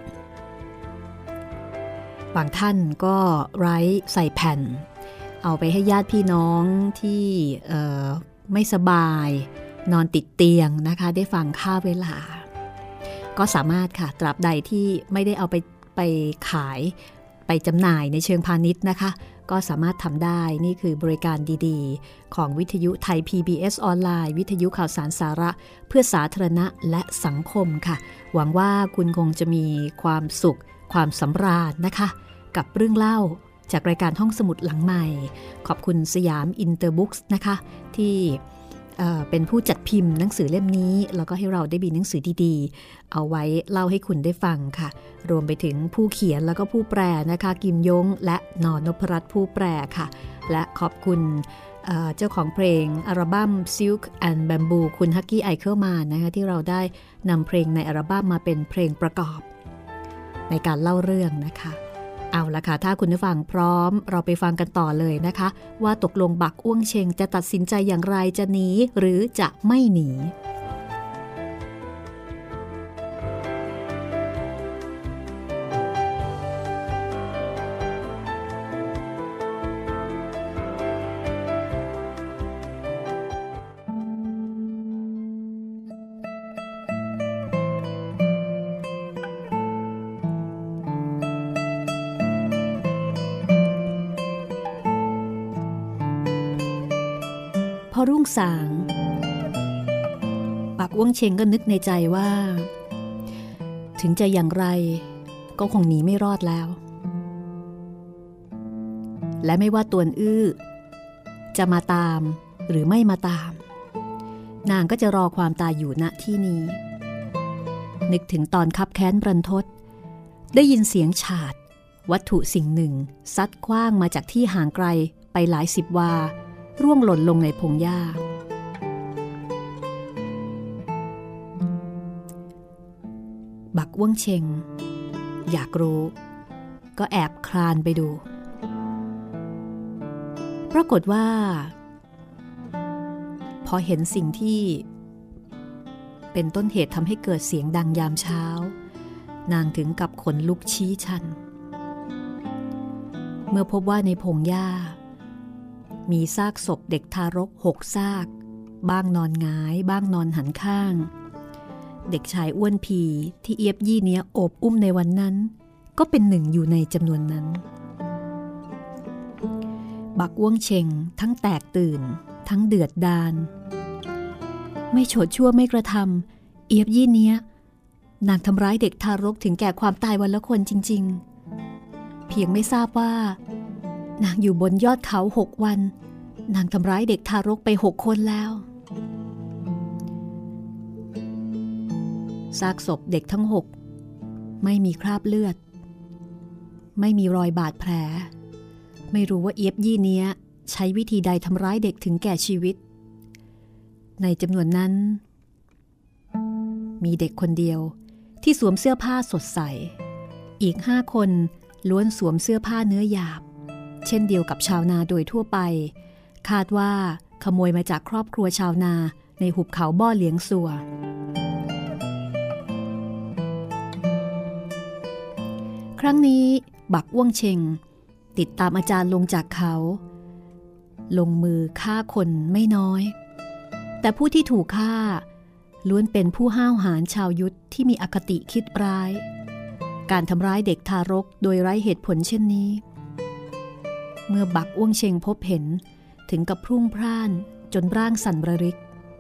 บางท่านก็ไร้ใส่แผ่นเอาไปให้ญาติพี่น้องที่ไม่สบายนอนติดเตียงนะคะได้ฟังค่าเวลาก็สามารถค่ะตราบใดที่ไม่ได้เอาไปขายไปจำหน่ายในเชิงพาณิชย์นะคะก็สามารถทำได้นี่คือบริการดีๆของวิทยุไทย PBS ออนไลน์วิทยุข่าวสารสาระเพื่อสาธารณะและสังคมค่ะหวังว่าคุณคงจะมีความสุขความสำราญนะคะกับเรื่องเล่าจากรายการห้องสมุดหลังใหม่ขอบคุณสยามอินเตอร์บุ๊กส์นะคะที่เป็นผู้จัดพิมพ์หนังสือเล่มนี้แล้วก็ให้เราได้มีหนังสือดีๆเอาไว้เล่าให้คุณได้ฟังค่ะรวมไปถึงผู้เขียนแล้วก็ผู้แปลนะคะกิมยงและนนพรัตน์ผู้แปลค่ะและขอบคุณเจ้าของเพลงอัลบั้ม Silk and Bamboo คุณฮักกี้ไอเคิลแมนนะคะที่เราได้นำเพลงในอัลบั้มมาเป็นเพลงประกอบในการเล่าเรื่องนะคะเอาละค่ะถ้าคุณผู้ฟังพร้อมเราไปฟังกันต่อเลยนะคะว่าตกลงบักอ้วงเชงจะตัดสินใจอย่างไรจะหนีหรือจะไม่หนีอรุ่งสางปักอ้วงเชงก็นึกในใจว่าถึงจะอย่างไรก็คงหนีไม่รอดแล้วและไม่ว่าตวนอื้อจะมาตามหรือไม่มาตามนางก็จะรอความตายอยู่ณที่นี้นึกถึงตอนคับแค้นรันทดได้ยินเสียงฉาดวัตถุสิ่งหนึ่งซัดคว้างมาจากที่ห่างไกลไปหลายสิบวาร่วงหล่นลงในพงหญ้าบักอ้วงเชงอยากรู้ก็แอบคลานไปดูปรากฏว่าพอเห็นสิ่งที่เป็นต้นเหตุทำให้เกิดเสียงดังยามเช้านางถึงกับขนลุกชี้ชันเมื่อพบว่าในพงหญ้ามีซากศพเด็กทารก6 ซากบ้างนอนหงายบ้างนอนหันข้างเด็กชายอ้วนพีที่เอียบยี่เนี้ยโอบอุ้มในวันนั้นก็เป็นหนึ่งอยู่ในจำนวนนั้นบักอ้วงเชงทั้งแตกตื่นทั้งเดือดดาลไม่โฉดชั่วไม่กระทำเอียบยี่เนี้ยนางทำร้ายเด็กทารกถึงแก่ความตายวันละคนจริงๆเพียงไม่ทราบว่านางอยู่บนยอดเขา6 วันนางทำร้ายเด็กทารกไป6 คนแล้วซากศพเด็กทั้ง6ไม่มีคราบเลือดไม่มีรอยบาดแผลไม่รู้ว่าเอียบยี่เนี้ยใช้วิธีใดทำร้ายเด็กถึงแก่ชีวิตในจำนวนนั้นมีเด็กคนเดียวที่สวมเสื้อผ้าสดใสอีก5 คนล้วนสวมเสื้อผ้าเนื้อหยาบเช่นเดียวกับชาวนาโดยทั่วไปคาดว่าขโมยมาจากครอบครัวชาวนาในหุบเขาบ่อเลี้ยงสัวครั้งนี้บักอ้วงเชงติดตามอาจารย์ลงจากเขาลงมือฆ่าคนไม่น้อยแต่ผู้ที่ถูกฆ่าล้วนเป็นผู้ห้าวหาญชาวยุทธที่มีอคติคิดร้ายการทำร้ายเด็กทารกโดยไร้เหตุผลเช่นนี้เมื่อบักอ้วงเชงพบเห็นถึงกับพรุ่งพร่านจนร่างสั่นระริก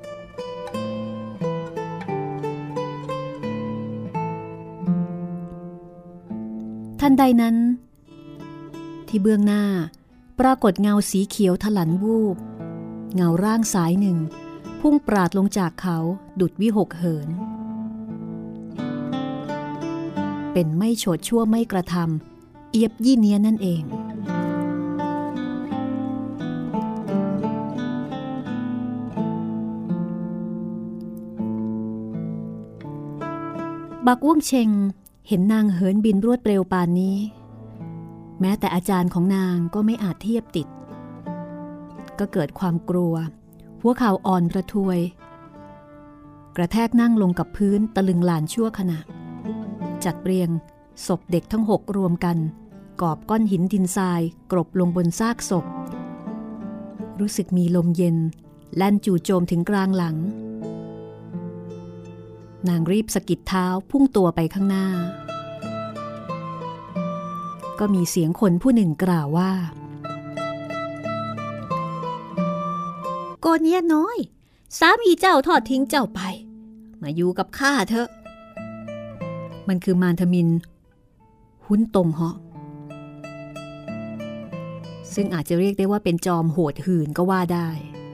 ทันใดนั้นที่เบื้องหน้าปรากฏเงาสีเขียวถลันวูบเงาร่างสายหนึ่งพุ่งปราดลงจากเขาดุจวิหกเหินเป็นไม่โฉดชั่วไม่กระทำเอียบยี่เนี้ยนั่นเองบักอ้วงเชงเห็นนางเหินบินรวดเร็วปานนี้แม้แต่อาจารย์ของนางก็ไม่อาจเทียบติดก็เกิดความกลัวหัวเข่าอ่อนประทวยกระแทกนั่งลงกับพื้นตะลึงหลานชั่วขณะจัดเรียงศพเด็กทั้ง6รวมกันกอบก้อนหินดินทรายกรบลงบนซากศพรู้สึกมีลมเย็นแล่นจู่โจมถึงกลางหลังนางรีบสะกิดเท้าพุ่งตัวไปข้างหน้าก็มีเสียงคนผู้หนึ่งกล่าวว่าโกเนียน้อยสามีเจ้าทอดทิ้งเจ้าไปมาอยู่กับข้าเถอะมันคือมารทมินหุ้นตงเหาะซึ่งอาจจะเรียกได้ว่าเป็นจอมโหดหื่นก็ว่าได้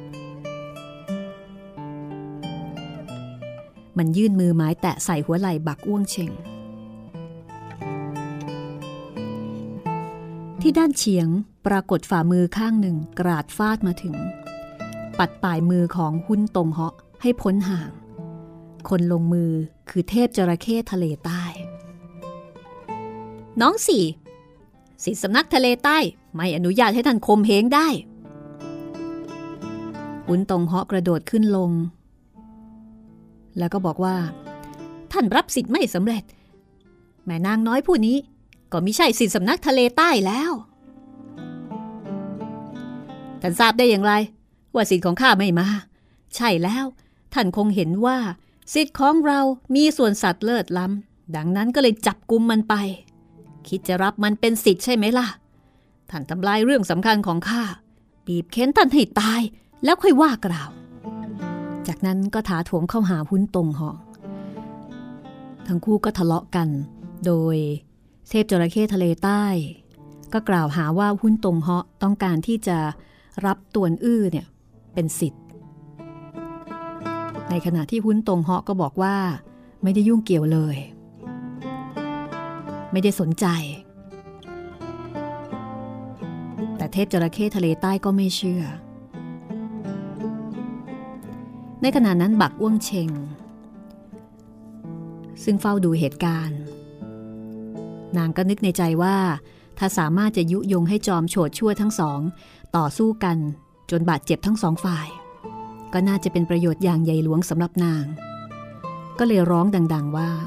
มันยื่นมือไม้แตะใส่หัวไหล่บักอ้วงเชงที่ด้านเฉียงปรากฏฝ่ามือข้างหนึ่งกราดฟาดมาถึงปัดปลายมือของหุ้นตงเหาะให้พ้นห่างคนลงมือคือเทพจระเข้ทะเลใต้น้องสี่ศิษย์สำนักทะเลใต้ไม่อนุญาตให้ท่านคมเหงได้หุ้นตงเหาะกระโดดขึ้นลงแล้วก็บอกว่าท่านรับสิทธิ์ไม่สำเร็จแม่นางน้อยผู้นี้ก็ไม่ใช่ศิษย์สำนักทะเลใต้แล้วท่านทราบได้อย่างไรว่าศิษย์ของข้าไม่มาใช่แล้วท่านคงเห็นว่าศิษย์ของเรามีส่วนสัตว์เลิศล้ำดังนั้นก็เลยจับกุมมันไปคิดจะรับมันเป็นศิษย์ใช่ไหมล่ะท่านทำลายเรื่องสำคัญของข้าบีบเค้นท่านให้ตายแล้วค่อยว่ากล่าวจากนั้นก็ถาโถมเข้าหาหุ้นตงเหาะทั้งคู่ก็ทะเลาะกันโดยเทพจระเข้ทะเลใต้ก็กล่าวหาว่าหุ้นตงเหาะต้องการที่จะรับตวนอื้อเนี่ยเป็นศิษย์ในขณะที่หุ้นตงเหาะก็บอกว่าไม่ได้ยุ่งเกี่ยวเลยไม่ได้สนใจแต่เทพจระเข้ทะเลใต้ก็ไม่เชื่อในขณะนั้นบักอ้วงเชงซึ่งเฝ้าดูเหตุการณ์นางก็นึกในใจว่าถ้าสามารถจะยุยงให้จอมโฉดชั่วทั้งสองต่อสู้กันจนบาดเจ็บทั้งสองฝ่ายก็น่าจะเป็นประโยชน์อย่างใหญ่หลวงสำหรับนางก็เลยร้องดังๆว่า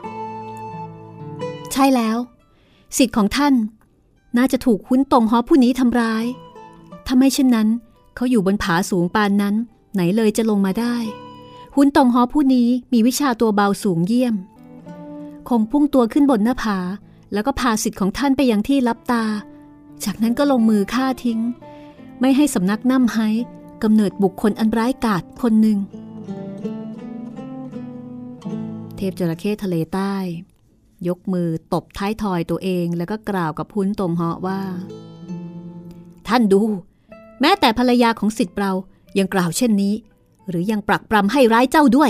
ใช่แล้วศิษย์ของท่านน่าจะถูกหุ้นตงฮอผู้นี้ทำร้ายถ้าไม่เช่นนั้นเขาอยู่บนผาสูงปานนั้นไหนเลยจะลงมาได้หุ้นตงฮอผู้นี้มีวิชาตัวเบาสูงเยี่ยมคงพุ่งตัวขึ้นบนหน้าผาแล้วก็พาศิษย์ของท่านไปยังที่ลับตาจากนั้นก็ลงมือฆ่าทิ้งไม่ให้สำนักน้ำไฮกำเนิดบุคคลอันร้ายกาจคนหนึ่งเทพจระเข้ทะเลใต้ยกมือตบท้ายทอยตัวเองแล้วก็กล่าวกับหุ้นตงเหาะว่าท่านดูแม้แต่ภรรยาของศิษย์เรายังกล่าวเช่นนี้หรือยังปรักปรำให้ร้ายเจ้าด้วย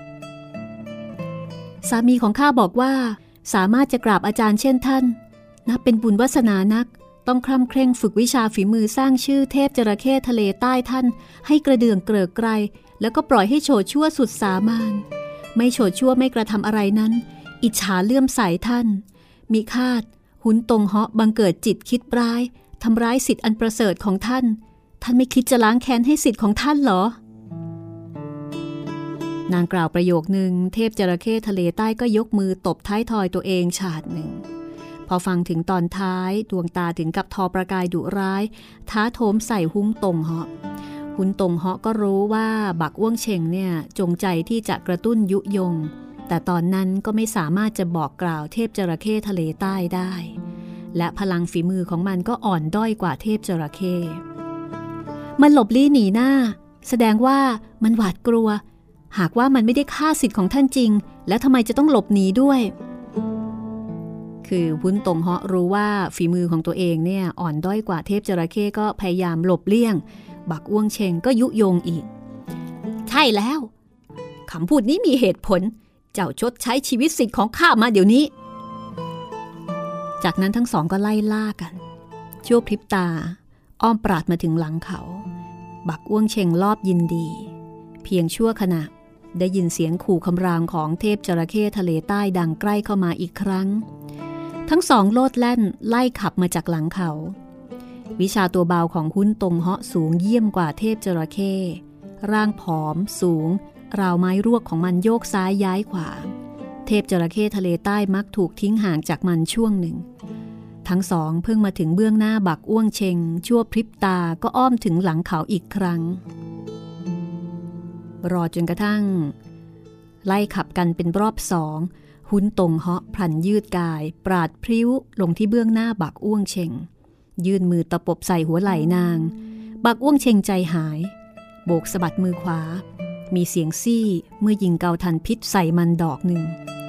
สามีของข้าบอกว่าสามารถจะกราบอาจารย์เช่นท่านนับเป็นบุญวาสนานักต้องคร่ำเคร่งฝึกวิชาฝีมือสร้างชื่อเทพจระเข้ทะเลใต้ท่านให้กระเดื่องเกริกไกรแล้วก็ปล่อยให้โฉดชั่วสุดสามานไม่โฉดชั่วไม่กระทำอะไรนั้นอิจฉาเลื่อมใสท่านมิคาดหุ้นตงเหาะบังเกิดจิตคิดร้ายทำร้ายศิษย์อันประเสริฐของท่านไม่คิดจะล้างแค้นให้ศิษย์ของท่านเหรอนางกล่าวประโยคนึงเทพจระเข้ทะเลใต้ก็ยกมือตบท้ายทอยตัวเองฉาดหนึ่งพอฟังถึงตอนท้ายดวงตาถึงกับทอประกายดุร้ายท้าโถมใส่หุ้นตงเหาะหุ้นตงเหาะก็รู้ว่าบักอ้วงเชงเนี่ยจงใจที่จะกระตุ้นยุยงแต่ตอนนั้นก็ไม่สามารถจะบอกกล่าวเทพจระเข้ทะเลใต้ได้และพลังฝีมือของมันก็อ่อนด้อยกว่าเทพจระเข้มันหลบลี้หนีหน้าแสดงว่ามันหวาดกลัวหากว่ามันไม่ได้ฆ่าศิษย์ของท่านจริงแล้วทำไมจะต้องหลบหนีด้วยคือหุ้นตงเหาะรู้ว่าฝีมือของตัวเองเนี่ยอ่อนด้อยกว่าเทพจระเข้ก็พยายามหลบเลี่ยงบักอ้วงเชงก็ยุยงอีกใช่แล้วคำพูดนี้มีเหตุผลเจ้าชดใช้ชีวิตศิษย์ของข้ามาเดี๋ยวนี้จากนั้นทั้งสองก็ไล่ล่ากันชั่วพริบตาอ้อมปราดมาถึงหลังเขาบักอ้วงเชงลอบยินดีเพียงชั่วขณะได้ยินเสียงขู่คำรามของเทพจระเข้ทะเลใต้ดังใกล้เข้ามาอีกครั้งทั้งสองโลดแล่นไล่ขับมาจากหลังเขาวิชาตัวเบาของหุ้นตงเหาะสูงเยี่ยมกว่าเทพจระเข้ร่างผอมสูงราวไม้รวกของมันโยกซ้ายย้ายขวาเทพจระเข้ทะเลใต้มักถูกทิ้งห่างจากมันช่วงหนึ่งทั้งสองเพิ่งมาถึงเบื้องหน้าบักอ้วงเชงชั่วพริบตาก็อ้อมถึงหลังเขาอีกครั้งรอจนกระทั่งไล่ขับกันเป็นรอบสองหุ้นตงเหาะพลันยืดกายปราดพริ้วลงที่เบื้องหน้าบักอ้วงเชงยื่นมือตะปบใส่หัวไหล่นางบักอ้วงเชงใจหายโบกสะบัดมือขวามีเสียงซี่เมื่อยิงเกาทันพิษใส่มันดอกหนึ่ง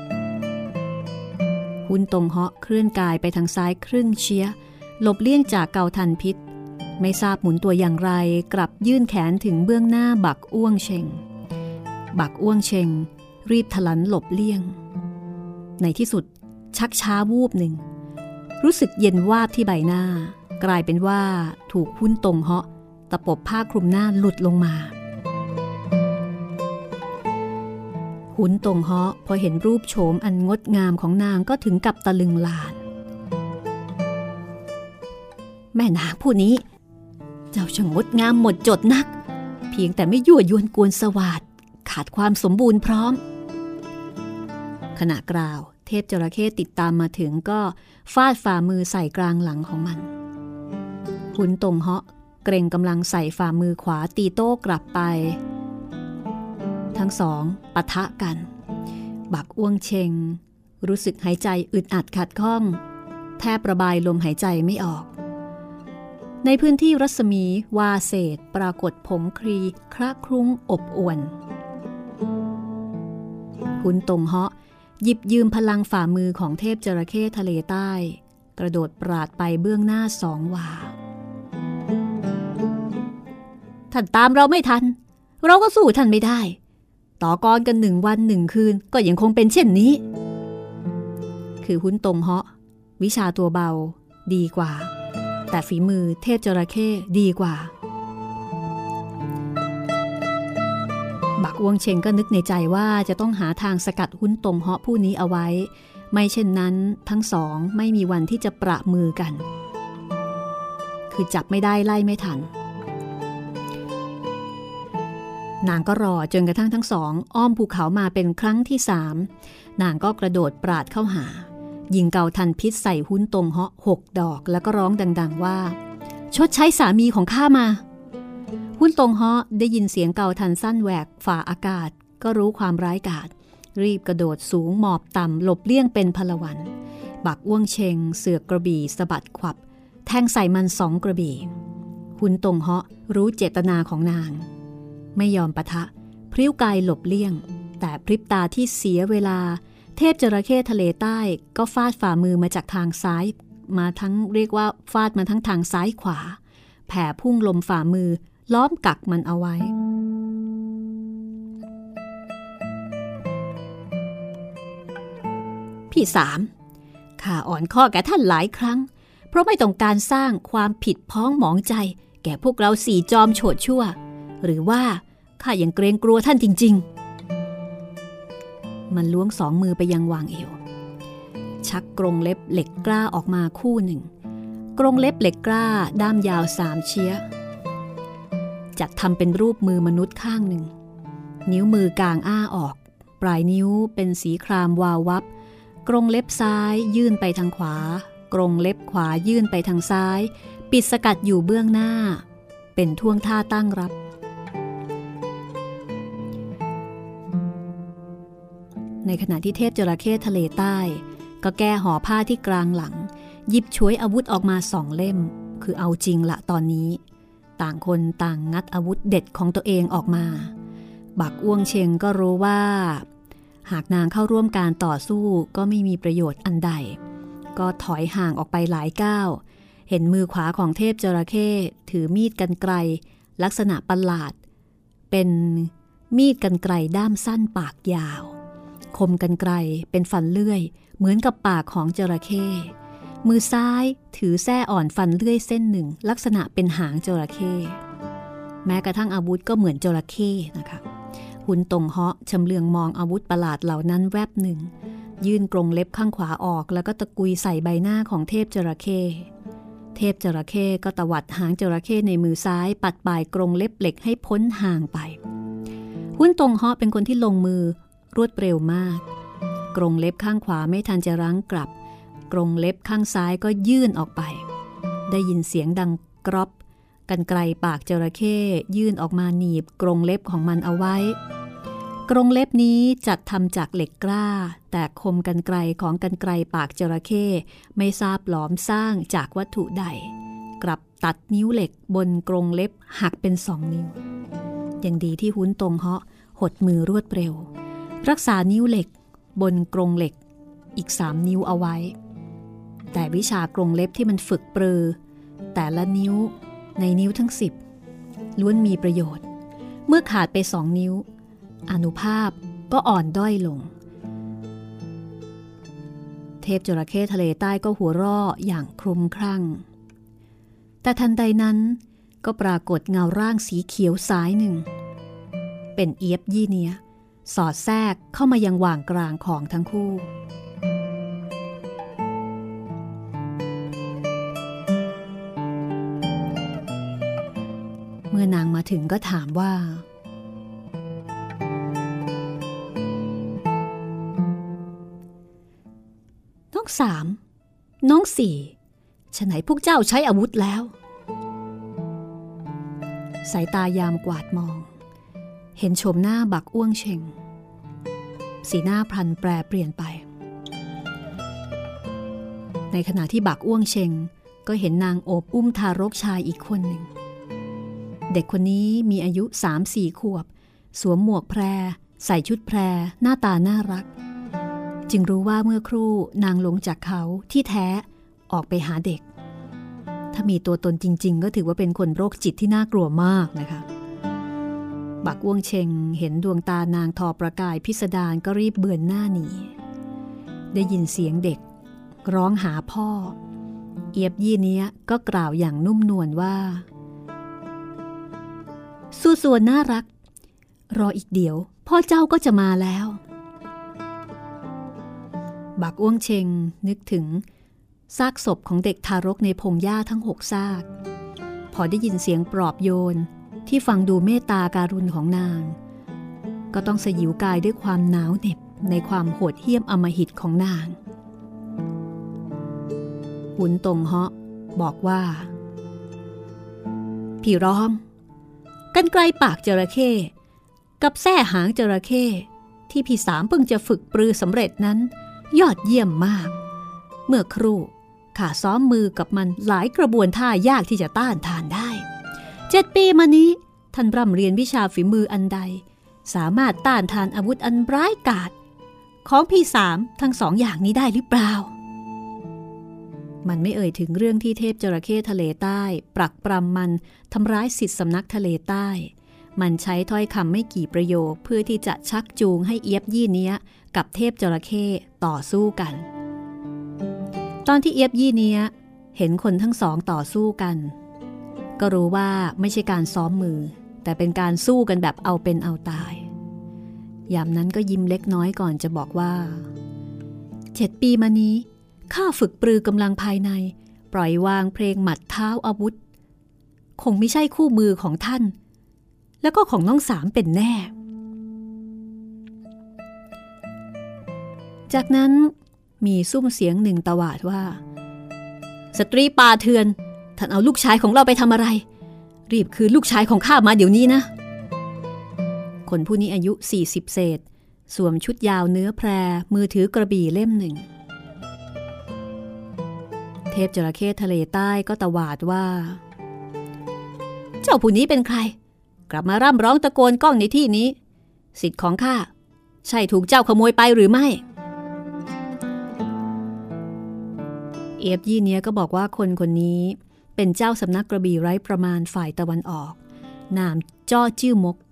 หุ้นตงเหาะเคลื่อนกายไปทางซ้ายครึ่งเชียหลบเลี่ยงจากเกาทันพิษไม่ทราบหมุนตัวอย่างไรกลับยื่นแขนถึงเบื้องหน้าบักอ้วงเชงบักอ้วงเชงรีบทะลันหลบเลี่ยงในที่สุดชักช้าวูบหนึ่งรู้สึกเย็นวาบที่ใบหน้ากลายเป็นว่าถูกหุ้นตงเหาะตะปบผ้าคลุมหน้าหลุดลงมาหุ้นตงเหาะพอเห็นรูปโฉมอันงดงามของนางก็ถึงกับตะลึงลานแม่นางผู้นี้เจ้าช่างงดงามหมดจดนักเพียงแต่ไม่ยั่วยวนกวนสวาทขาดความสมบูรณ์พร้อมขณะกล่าวเทพจระเข้ติดตามมาถึงก็ฟาดฝ่ามือใส่กลางหลังของมันหุ้นตงเหาะเกรงกำลังใส่ฝ่ามือขวาตีโต้กลับไปทั้งสองปะทะกันบักอ้วงเชงรู้สึกหายใจอึดอัดขัดข้องแทบระบายลมหายใจไม่ออกในพื้นที่รัศมีวาเศษปรากฏผงครีคละคลุ้งอบอวนหุนตงเหาะหยิบยืมพลังฝ่ามือของเทพจระเข้ทะเลใต้กระโดดปราดไปเบื้องหน้า2 วาท่านตามเราไม่ทันเราก็สู้ท่านไม่ได้ต่อกรกัน1 วัน 1 คืนก็ยังคงเป็นเช่นนี้คือหุนตงเหาะวิชาตัวเบาดีกว่าแต่ฝีมือเทพจระเข้ดีกว่าบักอ้วงเชงก็นึกในใจว่าจะต้องหาทางสกัดหุนตงเหาะผู้นี้เอาไว้ไม่เช่นนั้นทั้งสองไม่มีวันที่จะประมือกันคือจับไม่ได้ไล่ไม่ทันนางก็รอจนกระทั่งทั้งสองอ้อมภูเขามาเป็นครั้งที่3นางก็กระโดดปราดเข้าหายิงเกาทันพิษใส่หุนตงเหาะ6 ดอกแล้วก็ร้องดังๆว่าชดใช้สามีของข้ามาหุนตงเหาะได้ยินเสียงเกาทันสั้นแหวกฝ่าอากาศก็รู้ความร้ายกาจรีบกระโดดสูงหมอบต่ำหลบเลี่ยงเป็นพลวันบักอ้วงเชงเสือกกระบี่สะบัดขวับแทงใส่มัน2 กระบี่หุนตงเหาะรู้เจตนาของนางไม่ยอมปะทะพริ้วกายหลบเลี่ยงแต่พริบตาที่เสียเวลาเทพจระเข้ทะเลใต้ก็ฟาดฝ่ามือมาจากทางซ้ายมาทั้งเรียกว่าฟาดมาทั้งทางซ้ายขวาแผ่พุ่งลมฝ่ามือล้อมกักมันเอาไว้พี่3ข้าอ่อนข้อแก่ท่านหลายครั้งเพราะไม่ต้องการสร้างความผิดพ้องหมองใจแก่พวกเรา4 จอมโฉดชั่วหรือว่าข้ายังเกรงกลัวท่านจริงๆมันล้วง2 มือไปยังวางเอวชักกรงเล็บเหล็กกล้าออกมาคู่หนึ่งกรงเล็บเหล็กกล้าด้ามยาว3 เชี้ยจัดทำเป็นรูปมือมนุษย์ข้างหนึ่งนิ้วมือกลางอ้าออกปลายนิ้วเป็นสีครามวาววับกรงเล็บซ้ายยื่นไปทางขวากรงเล็บขวายื่นไปทางซ้ายปิดสกัดอยู่เบื้องหน้าเป็นท่วงท่าตั้งรับในขณะที่เทพจระเข้ทะเลใต้ก็แก้ห่อผ้าที่กลางหลังหยิบฉวยอาวุธออกมา2 เล่มคือเอาจริงละตอนนี้ต่างคนต่างงัดอาวุธเด็ดของตัวเองออกมาบักอ้วงเชงก็รู้ว่าหากนางเข้าร่วมการต่อสู้ก็ไม่มีประโยชน์อันใดก็ถอยห่างออกไปหลายก้าวเห็นมือขวาของเทพจระเข้ถือมีดกรรไกรลักษณะประหลาดเป็นมีดกรรไกรด้ามสั้นปากยาวคมกรรไกรเป็นฟันเลื่อยเหมือนกับปากของจระเข้มือซ้ายถือแส้อ่อนฟันเลื่อยเส้นหนึ่งลักษณะเป็นหางจระเข้แม้กระทั่งอาวุธก็เหมือนจระเข้นะคะหุนตงเหาะชำเลืองมองอาวุธประหลาดเหล่านั้นแวบหนึ่งยื่นกรงเล็บข้างขวาออกแล้วก็ตะกุยใส่ใบหน้าของเทพจระเข้เทพจระเข้ก็ตวัดหางจระเข้ในมือซ้ายปัดปลายกรงเล็บเหล็กให้พ้นห่างไปหุนตงเหาะเป็นคนที่ลงมือรวดเร็วมากกรงเล็บข้างขวาไม่ทันจะรั้งกลับกรงเล็บข้างซ้ายก็ยื่นออกไปได้ยินเสียงดังกรอบกรรไกรปากจระเข้ยื่นออกมาหนีบกรงเล็บของมันเอาไว้กรงเล็บนี้จัดทำจากเหล็กกล้าแต่คมกรรไกรของกรรไกรปากจระเข้ไม่ทราบหลอมสร้างจากวัตถุใดกลับตัดนิ้วเหล็กบนกรงเล็บหักเป็น2 นิ้วยังดีที่หุนตงเหาะหดมือรวดเร็วรักษานิ้วเหล็กบนกรงเหล็กอีก3 นิ้วเอาไว้แต่วิชากรงเล็บที่มันฝึกปรือแต่ละนิ้วในนิ้วทั้ง10ล้วนมีประโยชน์เมื่อขาดไป2 นิ้วอานุภาพก็อ่อนด้อยลงเทพจระเข้ทะเลใต้ก็หัวเราะอย่างคลุ้มคลั่งแต่ทันใดนั้นก็ปรากฏเงาร่างสีเขียวซ้ายหนึ่งเป็นเอียบยี่เนียสอดแทรกเข้ามายังว่างกลางของทั้งคู่เมื่อนางมาถึงก็ถามว่าน้อง3น้อง4ฉะไหนพวกเจ้าใช้อาวุธแล้วสายตายามกวาดมองเห็นโฉมหน้าบักอ้วงเชงสีหน้าพลันแปรเปลี่ยนไปในขณะที่บักอ้วงเชงก็เห็นนางโอบอุ้มทารกชายอีกคนหนึ่งเด็กคนนี้มีอายุ 3-4 ขวบสวมหมวกแพรใส่ชุดแพรหน้าตาน่ารักจึงรู้ว่าเมื่อครู่นางลงจากเขาที่แท้ออกไปหาเด็กถ้ามีตัวตนจริงๆก็ถือว่าเป็นคนโรคจิตที่น่ากลัวมากนะคะบักอ้วงเชงเห็นดวงตานางทอประกายพิสดารก็รีบเบือนหน้าหนีได้ยินเสียงเด็กร้องหาพ่อเอียบยี่เนี้ยก็กล่าวอย่างนุ่มนวลว่าสู้ส่วนน่ารักรออีกเดี๋ยวพ่อเจ้าก็จะมาแล้วบักอ้วงเชงนึกถึงซากศพของเด็กทารกในพงหญ้าทั้ง6ซากพอได้ยินเสียงปลอบโยนที่ฟังดูเมตตาการุณของนางก็ต้องสยิวกายด้วยความหนาวเหน็บในความโหดเหี้ยมอำมหิตของนางหุนตงเหาะบอกว่าพี่ร้องกรรไกรปากจระเข้กับแส้หางจระเข้ที่พี่สามเพิ่งจะฝึกปรือสำเร็จนั้นยอดเยี่ยมมากเมื่อครู่ข้าซ้อมมือกับมันหลายกระบวนท่ายากที่จะต้านทานได้7 ปีมานี้ท่านร่ำเรียนวิชาฝีมืออันใดสามารถต้านทานอาวุธอันร้ายกาจของพี่สามทั้ง2 อย่างนี้ได้หรือเปล่ามันไม่เอ่ยถึงเรื่องที่เทพจระเข้ทะเลใต้ปรักปรำมันทำร้ายศิษย์สำนักทะเลใต้มันใช้ถ้อยคำไม่กี่ประโยคเพื่อที่จะชักจูงให้เอียบยี่เนี้ยกับเทพจระเข้ต่อสู้กันตอนที่เอียบยี่เนี้ยเห็นคนทั้งสองต่อสู้กันก็รู้ว่าไม่ใช่การซ้อมมือแต่เป็นการสู้กันแบบเอาเป็นเอาตายยามนั้นก็ยิ้มเล็กน้อยก่อนจะบอกว่า7 ปีมานี้ข้าฝึกปรือกำลังภายในปล่อยวางเพลงหมัดเท้าอาวุธคงไม่ใช่คู่มือของท่านแล้วก็ของน้องสามเป็นแน่จากนั้นมีซุ้มเสียงหนึ่งตวาดว่าสตรีป่าเถื่อนท่านเอาลูกชายของเราไปทำอะไรรีบคืนลูกชายของข้ามาเดี๋ยวนี้นะคนผู้นี้อายุ40 เศษสวมชุดยาวเนื้อแพรมือถือกระบี่เล่มหนึ่งเทพจระเข้ทะเลใต้ก็ตวาดว่าเจ้าผู้นี้เป็นใครกลับมาร่ำร้องตะโกนก้องในที่นี้สิทธิ์ของข้าใช่ถูกเจ้าขโมยไปหรือไม่เอฟยี่เนี้ยก็บอกว่าคนนี้เป็นเจ้าสำนักกระบี่ไร้ประมาณฝ่ายตะวันออกนามจ้อจิ้วมก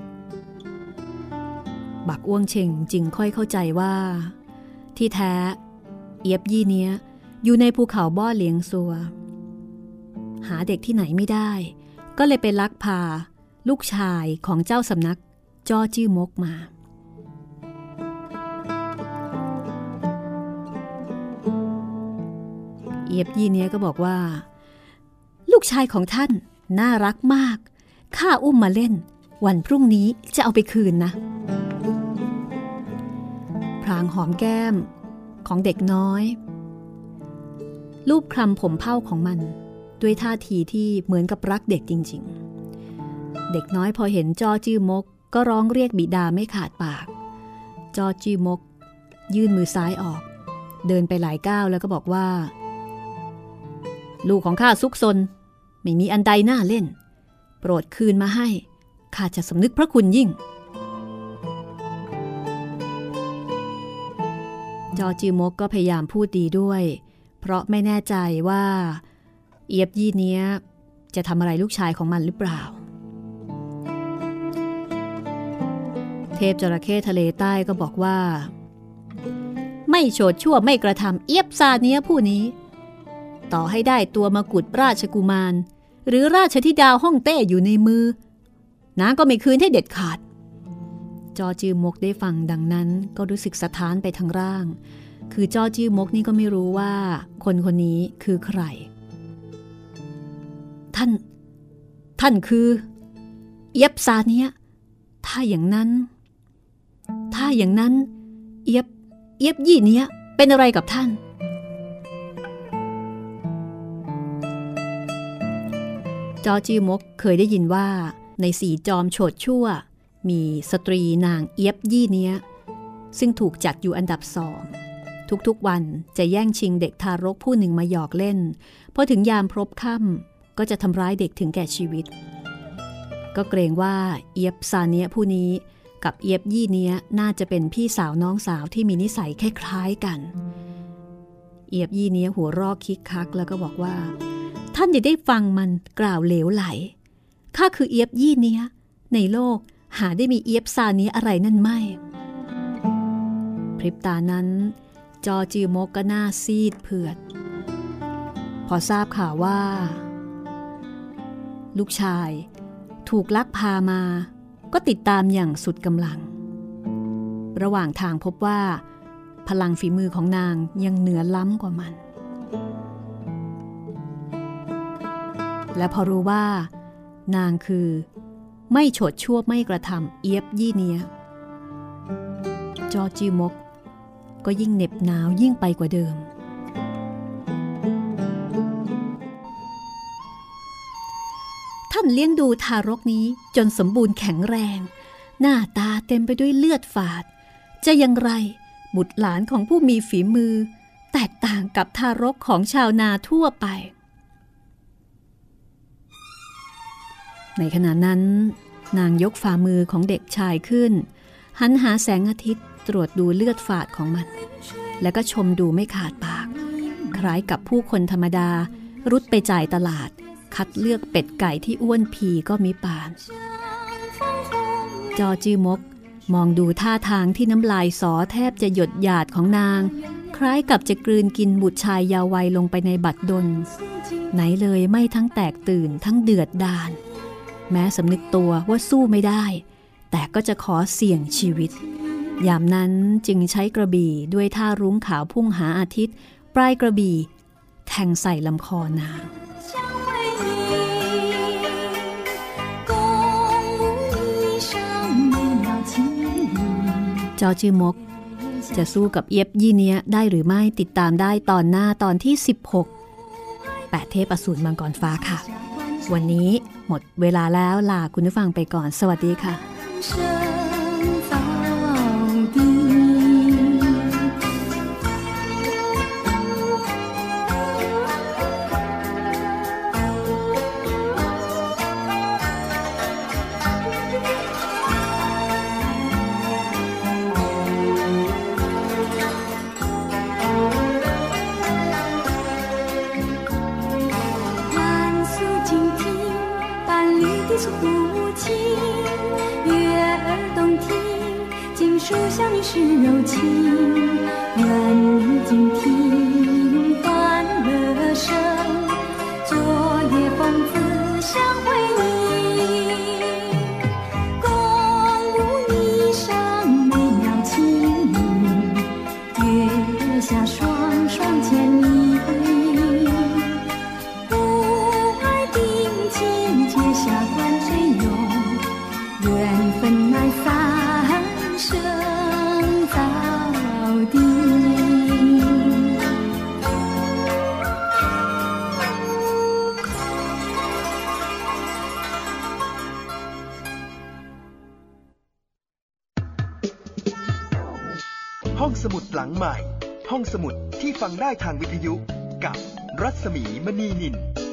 บักอ้วงเชงจึงค่อยเข้าใจว่าที่แท้เอียบยี่เนี้ยอยู่ในภูเขาบ้อเหลียงซัวหาเด็กที่ไหนไม่ได้ก็เลยไปลักพาลูกชายของเจ้าสำนักจ้อจิ้วมกมาเอียบยี่เนี้ยก็บอกว่าลูกชายของท่านน่ารักมากข้าอุ้มมาเล่นวันพรุ่งนี้จะเอาไปคืนนะพรางหอมแก้มของเด็กน้อยลูบคลำผมเผ้าของมันด้วยท่าทีที่เหมือนกับรักเด็กจริงๆเด็กน้อยพอเห็นจ้อจิ้วมกก็ร้องเรียกบิดาไม่ขาดปากจ้อจิ้วมกยื่นมือซ้ายออกเดินไปหลายก้าวแล้วก็บอกว่าลูกของข้าซุกซนไม่มีอันใดน่าเล่นโปรดคืนมาให้ข้าจะสำนึกพระคุณยิ่งจอจิ้วมกก็พยายามพูดดีด้วยเพราะไม่แน่ใจว่าเอียบยี่เนี้ยจะทำอะไรลูกชายของมันหรือเปล่าเทพจระเข้ทะเลใต้ก็บอกว่าไม่โฉดชั่วไม่กระทำเอียบซาเนี้ยผู้นี้ต่อให้ได้ตัวมกุฎราชกุมารหรือราชธิดาฮ่องเต้อยู่ในมือนางก็ไม่คืนให้เด็ดขาดจอจิ้วมกได้ฟังดังนั้นก็รู้สึกสะท้านไปทั้งร่างคือจ้อจิ้วมกนี่ก็ไม่รู้ว่าคนนี้คือใครท่านคือเอียบซาเนี้ยถ้าอย่างนั้นเอียบยี่เนี้ยเป็นอะไรกับท่านจอจิ้วมกเคยได้ยินว่าใน4 จอมโฉดชั่วมีสตรีนางเอียบยี่เนี้ยซึ่งถูกจัดอยู่อันดับ2 ทุกๆวันจะแย่งชิงเด็กทารกผู้หนึ่งมาหยอกเล่นพอถึงยามพลบค่ำก็จะทำร้ายเด็กถึงแก่ชีวิตก็เกรงว่าเอียบซาเนียผู้นี้กับเอียบยี่เนี้ยน่าจะเป็นพี่สาวน้องสาวที่มีนิสัยคล้ายๆกันเอียบยี่เนี้ยหัวรอกคิกคักแล้วก็บอกว่าท่านจะได้ฟังมันกล่าวเหลวไหลข้าคือเอียบยี่เนี้ยในโลกหาได้มีเอียบซาเนียอะไรนั่นไม่พริบตานั้นจอจือมกก็หน้าซีดเผือดพอทราบข่าวว่าลูกชายถูกลักพามาก็ติดตามอย่างสุดกำลังระหว่างทางพบว่าพลังฝีมือของนางยังเหนือล้ำกว่ามันและพอรู้ว่านางคือไม่โฉดชั่วไม่กระทำเอียบยี่เนียจอจือมกก็ยิ่งเหน็บหนาวยิ่งไปกว่าเดิมท่านเลี้ยงดูทารกนี้จนสมบูรณ์แข็งแรงหน้าตาเต็มไปด้วยเลือดฝาดจะอย่างไรบุตรหลานของผู้มีฝีมือแตกต่างกับทารกของชาวนาทั่วไปในขณะนั้นนางยกฝ่ามือของเด็กชายขึ้นหันหาแสงอาทิตย์ตรวจดูเลือดฝาดของมันแล้วก็ชมดูไม่ขาดปากคล้ายกับผู้คนธรรมดารุดไปจ่ายตลาดคัดเลือกเป็ดไก่ที่อ้วนพีก็มิปานจอจือมกมองดูท่าทางที่น้ำลายสอแทบจะหยดหยาดของนางคล้ายกับจะกลืนกินบุตรชายเยาว์วัยลงไปในบัดดลไหนเลยไม่ทั้งแตกตื่นทั้งเดือดดาลแม้สำนึกตัวว่าสู้ไม่ได้แต่ก็จะขอเสี่ยงชีวิตยามนั้นจึงใช้กระบี่ด้วยท่ารุ้งขาวพุ่งหาอาทิตย์ปลายกระบี่แทงใส่ลำคอนางจอจือมกจะสู้กับเอียบยี่เนี้ยได้หรือไม่ติดตามได้ตอนหน้าตอนที่16 8เทพอสูรมังกรฟ้าค่ะวันนี้หมดเวลาแล้วลาคุณผู้ฟังไปก่อนสวัสดีค่ะ树下你是柔情，愿你静听欢乐声，昨夜风姿相会你，共舞霓裳美妙情意，月下双双牵你，不爱定情结下关水涌，缘分乃三生到底。 ห้องสมุดหลังใหม่ห้องสมุดที่ฟังได้ทางวิทยุกับรัศมีมณีนิน